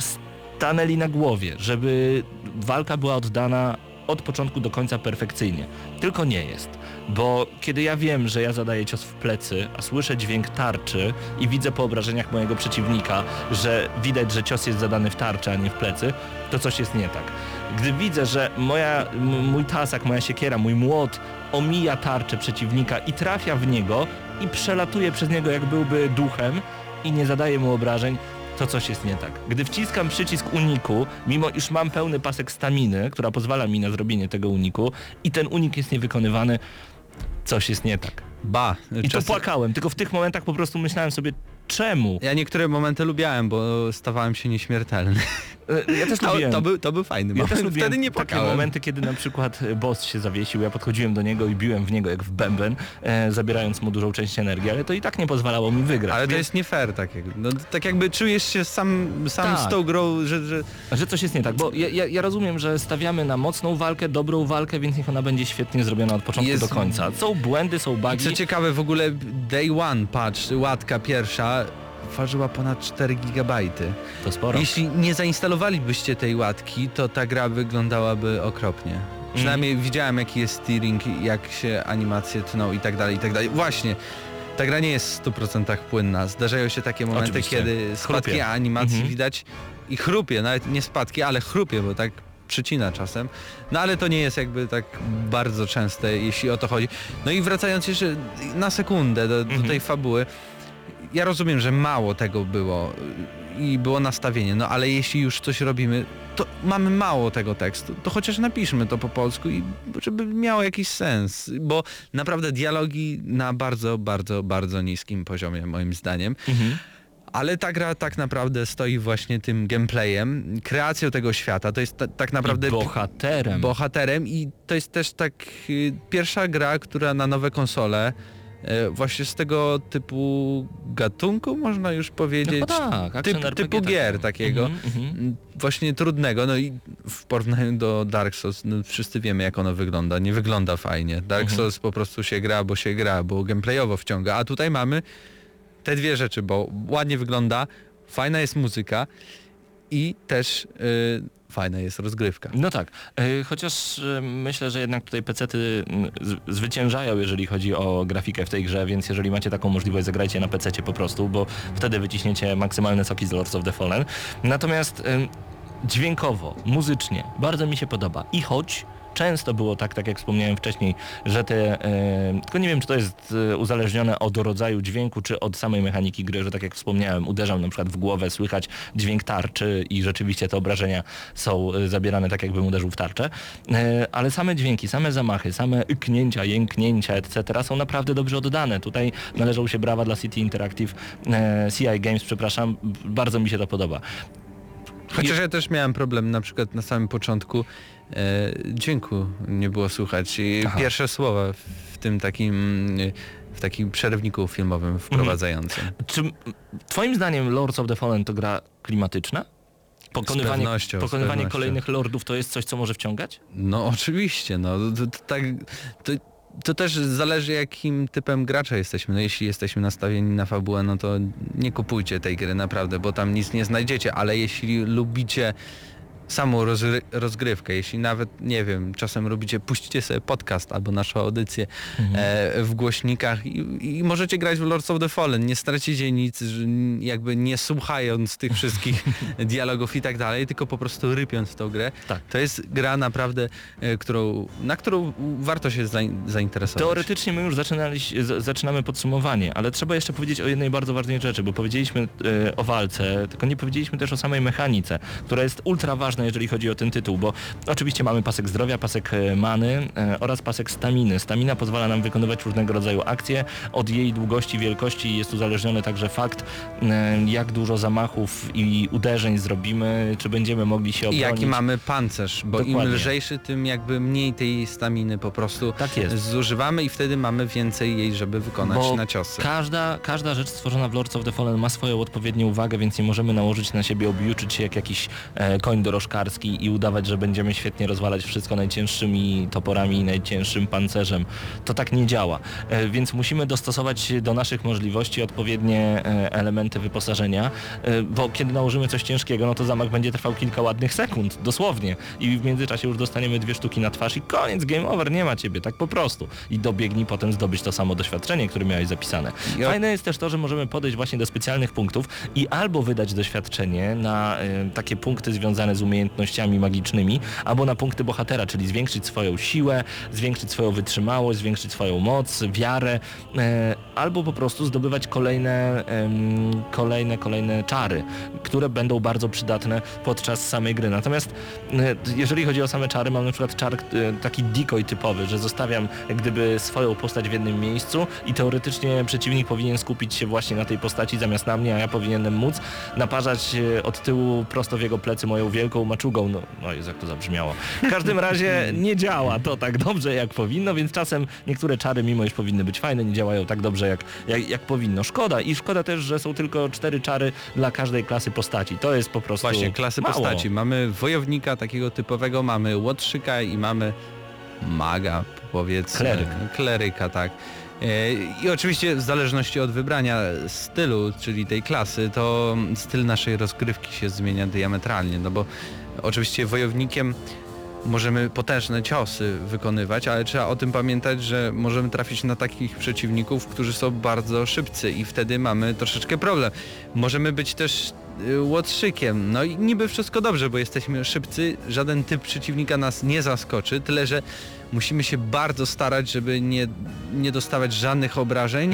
Speaker 5: stanęli na głowie, żeby walka była oddana od początku do końca perfekcyjnie. Tylko nie jest. Bo kiedy ja wiem, że ja zadaję cios w plecy, a słyszę dźwięk tarczy i widzę po obrażeniach mojego przeciwnika, że widać, że cios jest zadany w tarczy, a nie w plecy, to coś jest nie tak. Gdy widzę, że mój tasak, moja siekiera, mój młot omija tarczę przeciwnika i trafia w niego i przelatuje przez niego, jak byłby duchem i nie zadaje mu obrażeń, to coś jest nie tak. Gdy wciskam przycisk uniku, mimo iż mam pełny pasek staminy, która pozwala mi na zrobienie tego uniku i ten unik jest niewykonywany, coś jest nie tak. I to płakałem, tylko w tych momentach po prostu myślałem sobie, czemu?
Speaker 3: Ja niektóre momenty lubiałem, bo stawałem się nieśmiertelny.
Speaker 5: Ja też lubiłem.
Speaker 3: To był fajny moment. Wtedy nie płakałem.
Speaker 5: Takie momenty, kiedy na przykład boss się zawiesił, ja podchodziłem do niego i biłem w niego jak w bęben, zabierając mu dużą część energii, ale to i tak nie pozwalało mi wygrać.
Speaker 3: Ale to jest nie fair, tak jakby czujesz się sam z tą grą,
Speaker 5: że coś jest nie tak, bo ja rozumiem, że stawiamy na mocną walkę, dobrą walkę, więc niech ona będzie świetnie zrobiona od początku do końca. Są błędy, są bugi.
Speaker 3: Co ciekawe, w ogóle Day One patch, łatka pierwsza, ważyła ponad 4 GB.
Speaker 5: To sporo.
Speaker 3: Jeśli nie zainstalowalibyście tej łatki, to ta gra wyglądałaby okropnie. Przynajmniej widziałem, jaki jest steering, jak się animacje tną i tak dalej, i tak dalej. Właśnie, ta gra nie jest w 100% płynna. Zdarzają się takie momenty, oczywiście, kiedy spadki animacji widać i chrupie, nawet nie spadki, ale chrupie, bo tak przycina czasem. No ale to nie jest jakby tak bardzo częste, jeśli o to chodzi. No i wracając jeszcze na sekundę do tej fabuły, ja rozumiem, że mało tego było i było nastawienie, no ale jeśli już coś robimy, to mamy mało tego tekstu, to chociaż napiszmy to po polsku i żeby miało jakiś sens, bo naprawdę dialogi na bardzo, bardzo, bardzo niskim poziomie moim zdaniem. Ale ta gra tak naprawdę stoi właśnie tym gameplayem, kreacją tego świata, to jest tak naprawdę bohaterem i to jest też tak pierwsza gra, która na nowe konsole właśnie z tego typu gatunku, można już powiedzieć, typu gier takiego, właśnie trudnego, no i w porównaniu do Dark Souls, no wszyscy wiemy, jak ono wygląda, nie wygląda fajnie. Dark Souls po prostu się gra, bo gameplayowo wciąga, a tutaj mamy te dwie rzeczy, bo ładnie wygląda, fajna jest muzyka i też fajna jest rozgrywka.
Speaker 5: No tak, chociaż myślę, że jednak tutaj pecety zwyciężają, jeżeli chodzi o grafikę w tej grze, więc jeżeli macie taką możliwość, zagrajcie na pececie po prostu, bo wtedy wyciśniecie maksymalne soki z Lords of the Fallen. Natomiast dźwiękowo, muzycznie, bardzo mi się podoba i choć często było tak jak wspomniałem wcześniej, że tylko nie wiem, czy to jest uzależnione od rodzaju dźwięku, czy od samej mechaniki gry, że tak jak wspomniałem, uderzam na przykład w głowę, słychać dźwięk tarczy i rzeczywiście te obrażenia są zabierane tak, jakbym uderzył w tarczę, ale same dźwięki, same zamachy, same yknięcia, jęknięcia, etc. są naprawdę dobrze oddane. Tutaj należą się brawa dla City Interactive, CI Games, przepraszam, bardzo mi się to podoba.
Speaker 3: Chociaż ja też miałem problem na przykład na samym początku, dźwięku nie było słychać i pierwsze słowa w takim przerywniku filmowym wprowadzającym.
Speaker 5: Czy twoim zdaniem Lords of the Fallen to gra klimatyczna? Pokonywanie kolejnych lordów to jest coś, co może wciągać?
Speaker 3: No oczywiście, no to też zależy, jakim typem gracza jesteśmy. No jeśli jesteśmy nastawieni na fabułę, no to nie kupujcie tej gry naprawdę, bo tam nic nie znajdziecie, ale jeśli lubicie samą rozgrywkę, jeśli nawet, nie wiem, czasem robicie, puśćcie sobie podcast albo naszą audycję w głośnikach i możecie grać w Lords of the Fallen, nie stracicie nic, jakby nie słuchając tych wszystkich dialogów i tak dalej, tylko po prostu rypiąc w tą grę.
Speaker 5: Tak.
Speaker 3: To jest gra naprawdę, na którą warto się zainteresować.
Speaker 5: Teoretycznie my już zaczynamy podsumowanie, ale trzeba jeszcze powiedzieć o jednej bardzo ważnej rzeczy, bo powiedzieliśmy o walce, tylko nie powiedzieliśmy też o samej mechanice, która jest ultra ważna, jeżeli chodzi o ten tytuł, bo oczywiście mamy pasek zdrowia, pasek many oraz pasek staminy. Stamina pozwala nam wykonywać różnego rodzaju akcje. Od jej długości, wielkości jest uzależniony także fakt, jak dużo zamachów i uderzeń zrobimy, czy będziemy mogli się obronić.
Speaker 3: I jaki mamy pancerz, bo
Speaker 5: Dokładnie.
Speaker 3: im lżejszy, tym jakby mniej tej staminy po prostu zużywamy i wtedy mamy więcej jej, żeby wykonać na ciosy.
Speaker 5: Każda rzecz stworzona w Lords of the Fallen ma swoją odpowiednią wagę, więc nie możemy nałożyć na siebie, obiuczyć się jak jakiś koń dorożkarski i udawać, że będziemy świetnie rozwalać wszystko najcięższymi toporami i najcięższym pancerzem. To tak nie działa. Więc musimy dostosować do naszych możliwości odpowiednie elementy wyposażenia, bo kiedy nałożymy coś ciężkiego, no to zamach będzie trwał kilka ładnych sekund, dosłownie. I w międzyczasie już dostaniemy 2 sztuki na twarz i koniec, game over, nie ma ciebie, tak po prostu. I dobiegnij potem zdobyć to samo doświadczenie, które miałeś zapisane. Fajne jest też to, że możemy podejść właśnie do specjalnych punktów i albo wydać doświadczenie na takie punkty związane z umiejętnościami magicznymi, albo na punkty bohatera, czyli zwiększyć swoją siłę, zwiększyć swoją wytrzymałość, zwiększyć swoją moc, wiarę, albo po prostu zdobywać kolejne czary, które będą bardzo przydatne podczas samej gry. Natomiast jeżeli chodzi o same czary, mam na przykład czar taki decoy typowy, że zostawiam jak gdyby swoją postać w jednym miejscu i teoretycznie przeciwnik powinien skupić się właśnie na tej postaci zamiast na mnie, a ja powinienem móc naparzać od tyłu prosto w jego plecy moją wielką maczugą. No jest jak to zabrzmiało. W każdym razie nie działa to tak dobrze jak powinno, więc czasem niektóre czary, mimo iż powinny być fajne, nie działają tak dobrze jak powinno. Szkoda i szkoda też, że są tylko 4 czary dla każdej klasy postaci. To jest po prostu
Speaker 3: właśnie klasy
Speaker 5: mało.
Speaker 3: postaci. Mamy wojownika takiego typowego, mamy łotrzyka i mamy maga, powiedzmy. Kleryka, tak. I oczywiście w zależności od wybrania stylu, czyli tej klasy, to styl naszej rozgrywki się zmienia diametralnie, no bo oczywiście wojownikiem możemy potężne ciosy wykonywać, ale trzeba o tym pamiętać, że możemy trafić na takich przeciwników, którzy są bardzo szybcy i wtedy mamy troszeczkę problem. Możemy być też łotrzykiem, no i niby wszystko dobrze, bo jesteśmy szybcy, żaden typ przeciwnika nas nie zaskoczy, tyle że musimy się bardzo starać, żeby nie dostawać żadnych obrażeń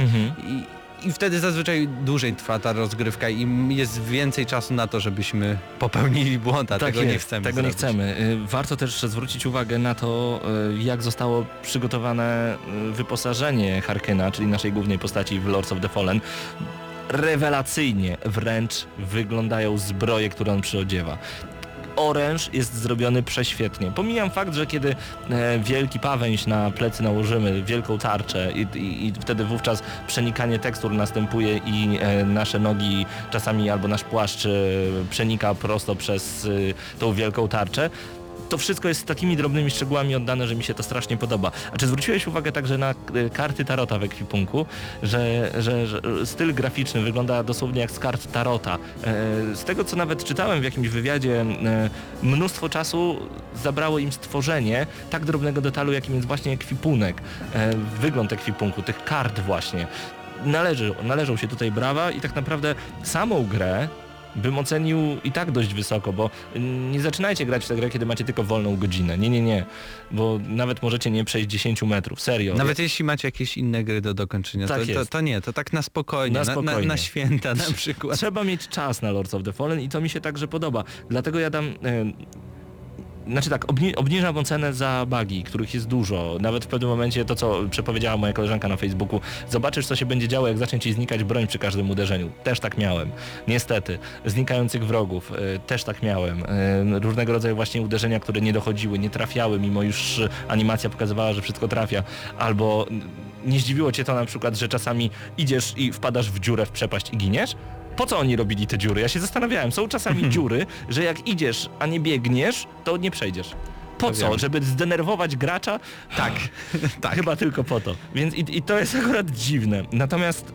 Speaker 3: i wtedy zazwyczaj dłużej trwa ta rozgrywka i jest więcej czasu na to, żebyśmy popełnili błąd, a tego nie chcemy.
Speaker 5: Tego nie chcemy. Warto też zwrócić uwagę na to, jak zostało przygotowane wyposażenie Harkena, czyli naszej głównej postaci w Lords of the Fallen. Rewelacyjnie wręcz wyglądają zbroje, które on przyodziewa. Oręż jest zrobiony prześwietnie. Pomijam fakt, że kiedy wielki pawęź na plecy nałożymy, wielką tarczę i wtedy wówczas przenikanie tekstur następuje i nasze nogi czasami albo nasz płaszcz przenika prosto przez tą wielką tarczę. To wszystko jest takimi drobnymi szczegółami oddane, że mi się to strasznie podoba. A czy zwróciłeś uwagę także na karty tarota w ekwipunku, że styl graficzny wygląda dosłownie jak z kart tarota. Z tego, co nawet czytałem w jakimś wywiadzie, mnóstwo czasu zabrało im stworzenie tak drobnego detalu, jakim jest właśnie ekwipunek. Wygląd ekwipunku, tych kart właśnie. Należą się tutaj brawa i tak naprawdę samą grę bym ocenił i tak dość wysoko, bo nie zaczynajcie grać w tę grę, kiedy macie tylko wolną godzinę. Nie, bo nawet możecie nie przejść 10 metrów, serio.
Speaker 3: Nawet jeśli macie jakieś inne gry do dokończenia,
Speaker 5: Tak
Speaker 3: to nie, to tak na spokojnie, na święta na przykład.
Speaker 5: Trzeba mieć czas na Lords of the Fallen i to mi się także podoba. Dlatego ja dam... obniżam ocenę za bugi, których jest dużo. Nawet w pewnym momencie to, co przepowiedziała moja koleżanka na Facebooku, zobaczysz, co się będzie działo, jak zacznie ci znikać broń przy każdym uderzeniu. Też tak miałem. Niestety. Znikających wrogów. Też tak miałem. Różnego rodzaju właśnie uderzenia, które nie dochodziły, nie trafiały, mimo już animacja pokazywała, że wszystko trafia. Albo nie zdziwiło cię to na przykład, że czasami idziesz i wpadasz w dziurę, w przepaść i giniesz? Po co oni robili te dziury? Ja się zastanawiałem. Są czasami dziury, że jak idziesz, a nie biegniesz, to nie przejdziesz. Po co?
Speaker 3: Wiem.
Speaker 5: Żeby zdenerwować gracza?
Speaker 3: Tak, tak.
Speaker 5: Chyba tylko po to. Więc i to jest akurat dziwne. Natomiast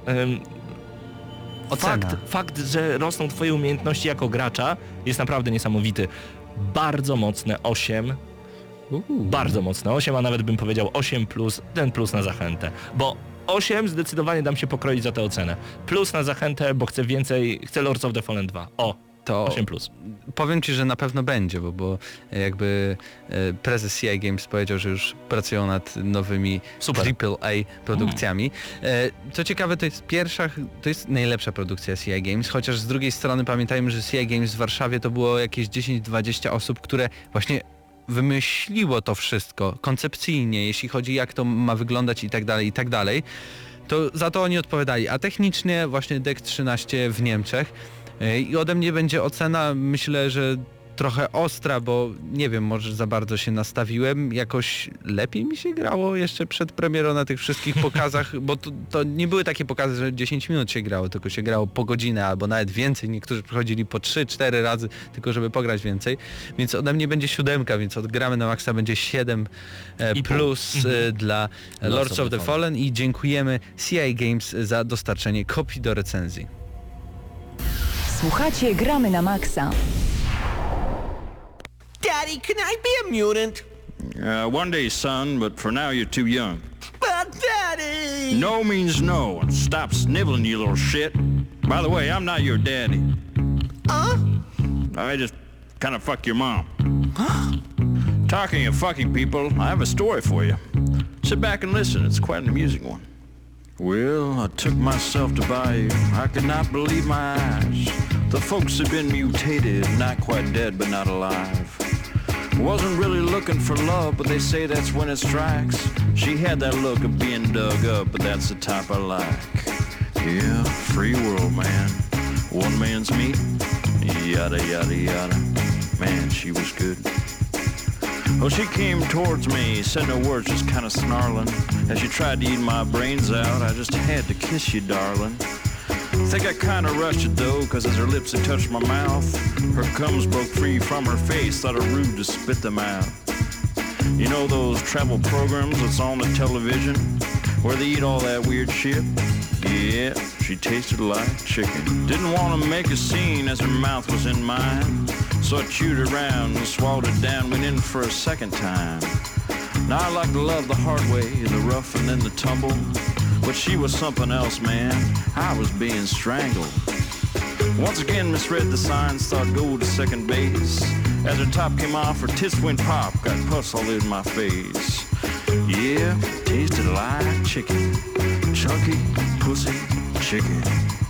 Speaker 5: fakt, że rosną twoje umiejętności jako gracza jest naprawdę niesamowity. Bardzo mocne 8. Bardzo mocne 8, a nawet bym powiedział 8 plus, ten plus na zachętę. Bo 8 zdecydowanie dam się pokroić za tę ocenę. Plus na zachętę, bo chcę więcej, chcę Lords of the Fallen 2. To 8 plus.
Speaker 3: Powiem ci, że na pewno będzie, bo jakby prezes CI Games powiedział, że już pracują nad nowymi AAA produkcjami. Co ciekawe, to jest najlepsza produkcja CI Games, chociaż z drugiej strony pamiętajmy, że CI Games w Warszawie to było jakieś 10-20 osób, które właśnie wymyśliło to wszystko koncepcyjnie, jeśli chodzi jak to ma wyglądać i tak dalej, to za to oni odpowiadali, a technicznie właśnie DEC 13 w Niemczech i ode mnie będzie ocena, myślę, że trochę ostra, bo nie wiem, może za bardzo się nastawiłem, jakoś lepiej mi się grało jeszcze przed premierą na tych wszystkich pokazach, bo to nie były takie pokazy, że 10 minut się grało, tylko się grało po godzinę albo nawet więcej, niektórzy przychodzili po 3-4 razy, tylko żeby pograć więcej, więc ode mnie będzie 7, więc od Gramy na Maxa będzie 7 plus dla Lords of the Fallen i dziękujemy CI Games za dostarczenie kopii do recenzji.
Speaker 6: Słuchacie Gramy na Maxa.
Speaker 10: Daddy, can I be a mutant?
Speaker 11: One day, son, but for now you're too young.
Speaker 10: But Daddy!
Speaker 11: No means no, and stop sniveling, you little shit. By the way, I'm not your daddy. I just kind of fuck your mom. Talking of fucking people, I have a story for you. Sit back and listen, it's quite an amusing one. Well, I took myself to Bayou. I could not believe my eyes. The folks had been mutated, not quite dead, but not alive. Wasn't really looking for love, but they say that's when it strikes. She had that look of being dug up, but that's the type I like. Yeah, free world, man. One man's meat, yada, yada, yada. Man, she was good. Well, she came towards me, said no words, just kind of snarling. As she tried to eat my brains out, I just had to kiss you, darling. Think I kind of rushed it though, cause as her lips had touched my mouth, her gums broke free from her face, thought it rude to spit them out. You know those travel programs that's on the television, where they eat all that weird shit? Yeah, she tasted like chicken. Didn't want to make a scene as her mouth was in mine, so I chewed around and swallowed it down, went in for a second time. Now I like to love the hard way, the rough and then the tumble. But she was something else, man. I was being strangled. Once again misread the signs, thought go to second base. As her top came off, her tits went pop, got pus all in my face. Yeah, tasted like chicken. Chunky pussy chicken.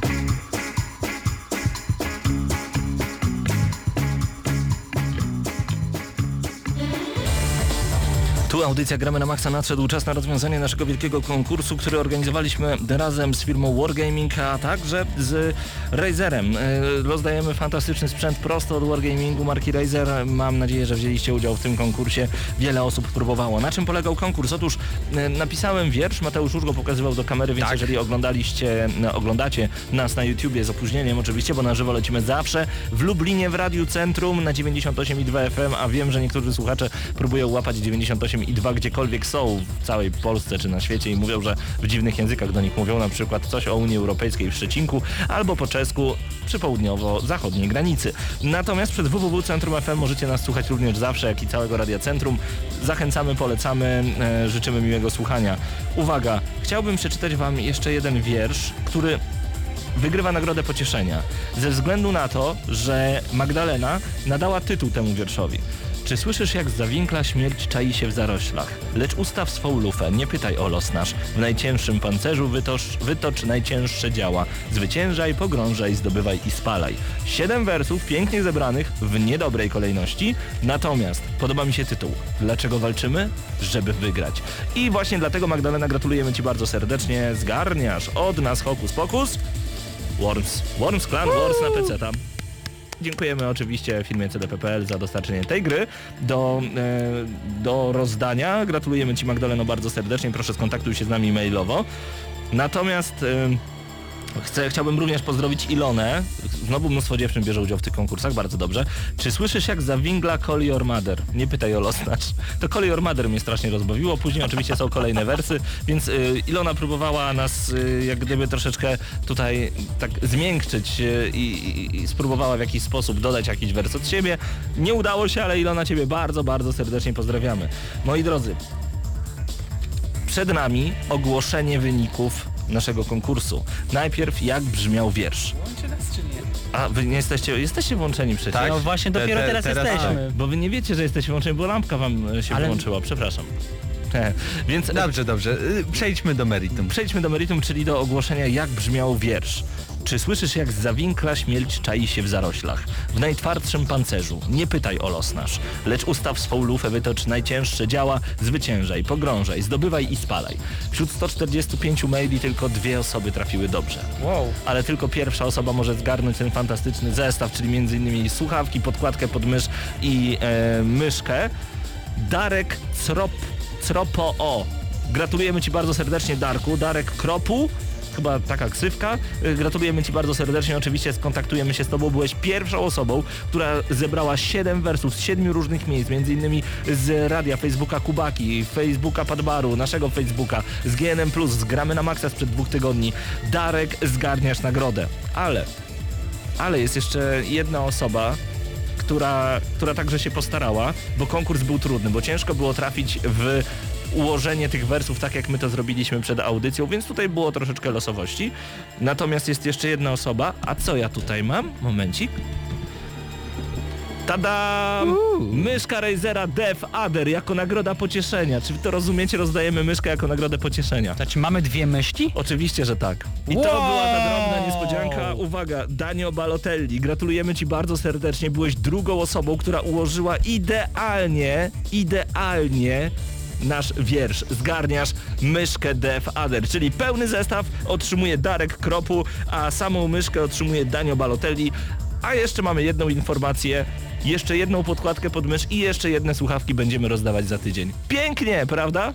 Speaker 5: Tu audycja Gramy na Maxa, nadszedł czas na rozwiązanie naszego wielkiego konkursu, który organizowaliśmy razem z firmą Wargaming, a także z Razerem. Rozdajemy fantastyczny sprzęt prosto od Wargamingu marki Razer. Mam nadzieję, że wzięliście udział w tym konkursie. Wiele osób próbowało. Na czym polegał konkurs? Otóż napisałem wiersz, Mateusz już go pokazywał do kamery, więc jeżeli oglądacie nas na YouTubie z opóźnieniem oczywiście, bo na żywo lecimy zawsze w Lublinie w Radiu Centrum na 98,2 FM, a wiem, że niektórzy słuchacze próbują łapać 98,2 gdziekolwiek są w całej Polsce czy na świecie i mówią, że w dziwnych językach do nich mówią, na przykład coś o Unii Europejskiej w Szczecinku albo po czesku przy południowo-zachodniej granicy. Natomiast przed www.centrum FM możecie nas słuchać również zawsze, jak i całego Radia Centrum. Zachęcamy, polecamy, życzymy miłego słuchania. Uwaga, chciałbym przeczytać wam jeszcze jeden wiersz, który wygrywa nagrodę pocieszenia. Ze względu na to, że Magdalena nadała tytuł temu wierszowi. Czy słyszysz, jak z zawinkla śmierć czai się w zaroślach? Lecz ustaw swą lufę, nie pytaj o los nasz. W najcięższym pancerzu wytocz najcięższe działa. Zwyciężaj, pogrążaj, zdobywaj i spalaj. 7 wersów pięknie zebranych w niedobrej kolejności. Natomiast podoba mi się tytuł. Dlaczego walczymy? Żeby wygrać. I właśnie dlatego, Magdalena, gratulujemy Ci bardzo serdecznie. Zgarniasz od nas Hokus Pokus. Worms Clan, Wars na PC tam. Dziękujemy oczywiście firmie CDP.pl za dostarczenie tej gry do rozdania. Gratulujemy Ci, Magdaleno, bardzo serdecznie. Proszę, skontaktuj się z nami mailowo. Natomiast chciałbym również pozdrowić Ilonę. Znowu mnóstwo dziewczyn bierze udział w tych konkursach, bardzo dobrze. Czy słyszysz, jak zawingla Call Your Mother? Nie pytaj o los nasz. To Call Your Mother mnie strasznie rozbawiło. Później oczywiście są kolejne wersy, więc Ilona próbowała nas jak gdyby troszeczkę tutaj tak zmiękczyć i spróbowała w jakiś sposób dodać jakiś wers od siebie. Nie udało się, ale Ilona, Ciebie bardzo, bardzo serdecznie pozdrawiamy. Moi drodzy, przed nami ogłoszenie wyników naszego konkursu. Najpierw, jak brzmiał wiersz.
Speaker 4: Łączy nas czy nie?
Speaker 5: A wy nie jesteście włączeni przecież.
Speaker 4: Tak, no właśnie dopiero teraz jesteśmy.
Speaker 5: Bo wy nie wiecie, że jesteście włączeni, bo lampka wam się włączyła, przepraszam. Więc
Speaker 3: Dobrze. Przejdźmy do meritum.
Speaker 5: Przejdźmy do meritum, czyli do ogłoszenia, jak brzmiał wiersz. Czy słyszysz, jak z zawinkla śmierć czai się w zaroślach? W najtwardszym pancerzu, nie pytaj o los nasz. Lecz ustaw swą lufę, wytocz najcięższe działa. Zwyciężaj, pogrążaj, zdobywaj i spalaj. Wśród 145 maili tylko 2 osoby trafiły dobrze.
Speaker 4: Wow.
Speaker 5: Ale tylko pierwsza osoba może zgarnąć ten fantastyczny zestaw, czyli m.in. słuchawki, podkładkę pod mysz i myszkę. Darek Cropo. Gratulujemy Ci bardzo serdecznie, Darku. Darek Kropu, chyba taka ksywka. Gratulujemy Ci bardzo serdecznie, oczywiście skontaktujemy się z Tobą. Byłeś pierwszą osobą, która zebrała 7 wersów z 7 różnych miejsc, m.in. z radia, Facebooka Kubaki, Facebooka Padbaru, naszego Facebooka, z GNM+, z Gramy na Maxa sprzed 2 tygodni. Darek, zgarniasz nagrodę. Ale jest jeszcze jedna osoba, która także się postarała, bo konkurs był trudny, bo ciężko było trafić w ułożenie tych wersów tak, jak my to zrobiliśmy przed audycją, więc tutaj było troszeczkę losowości. Natomiast jest jeszcze jedna osoba, a co ja tutaj mam? Momencik. Tadam! Myszka Razera Dev Adder jako nagroda pocieszenia. Czy wy to rozumiecie? Rozdajemy myszkę jako nagrodę pocieszenia.
Speaker 4: Znaczy mamy 2 myszki?
Speaker 5: Oczywiście, że tak. I to była ta drobna niespodzianka. Uwaga, Danio Balotelli, gratulujemy Ci bardzo serdecznie. Byłeś drugą osobą, która ułożyła idealnie nasz wiersz. Zgarniasz myszkę Dev Adder, czyli pełny zestaw otrzymuje Darek Kropu, a samą myszkę otrzymuje Danio Balotelli. A jeszcze mamy jedną informację, jeszcze jedną podkładkę pod mysz i jeszcze jedne słuchawki będziemy rozdawać za tydzień. Pięknie, prawda?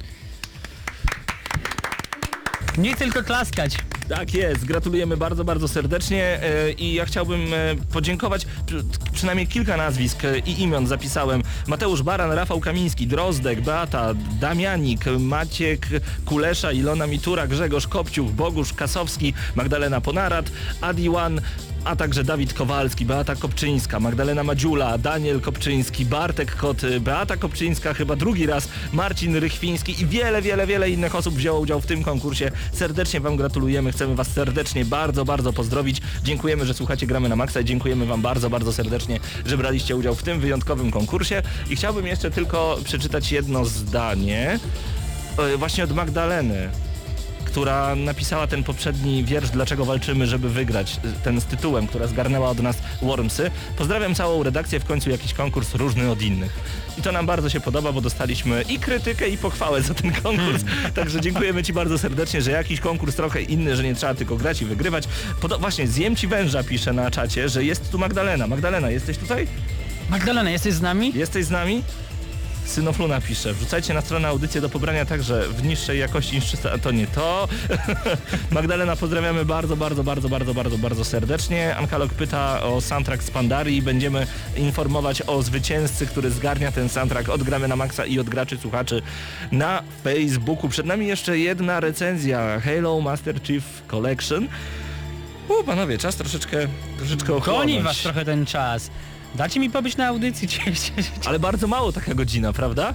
Speaker 4: Nie tylko klaskać.
Speaker 5: Tak jest, gratulujemy bardzo, bardzo serdecznie i ja chciałbym podziękować, przynajmniej kilka nazwisk i imion zapisałem. Mateusz Baran, Rafał Kamiński, Drozdek, Beata, Damianik, Maciek Kulesza, Ilona Mitura, Grzegorz Kopciuch, Bogusz Kasowski, Magdalena Ponarat, Adiwan, a także Dawid Kowalski, Beata Kopczyńska, Magdalena Madziula, Daniel Kopczyński, Bartek Kot, Beata Kopczyńska, chyba drugi raz, Marcin Rychwiński i wiele innych osób wzięło udział w tym konkursie. Serdecznie Wam gratulujemy, chcemy Was serdecznie bardzo, bardzo pozdrowić. Dziękujemy, że słuchacie Gramy na Maxa i dziękujemy Wam bardzo, bardzo serdecznie, że braliście udział w tym wyjątkowym konkursie. I chciałbym jeszcze tylko przeczytać jedno zdanie właśnie od Magdaleny, która napisała ten poprzedni wiersz Dlaczego walczymy, żeby wygrać, ten z tytułem, która zgarnęła od nas Wormsy. Pozdrawiam całą redakcję, w końcu jakiś konkurs różny od innych. I to nam bardzo się podoba, bo dostaliśmy i krytykę, i pochwałę za ten konkurs. Także dziękujemy Ci bardzo serdecznie, że jakiś konkurs trochę inny, że nie trzeba tylko grać i wygrywać. Właśnie Zjem Ci węża pisze na czacie, że jest tu Magdalena. Magdalena, jesteś tutaj?
Speaker 4: Magdalena, jesteś z nami?
Speaker 5: Jesteś z nami? Synofluna pisze, wrzucajcie na stronę audycję do pobrania także w niższej jakości niż 300, a to nie to. Magdalena, pozdrawiamy bardzo serdecznie. Ankalog pyta o soundtrack z Pandarii. Będziemy informować o zwycięzcy, który zgarnia ten soundtrack od Gramy na Maxa i od graczy, słuchaczy na Facebooku. Przed nami jeszcze jedna recenzja Halo Master Chief Collection. Panowie, czas troszeczkę ochłonąć.
Speaker 4: Goni was trochę ten czas. Dacie mi pobyć na audycji?
Speaker 5: Ale bardzo mało taka godzina, prawda?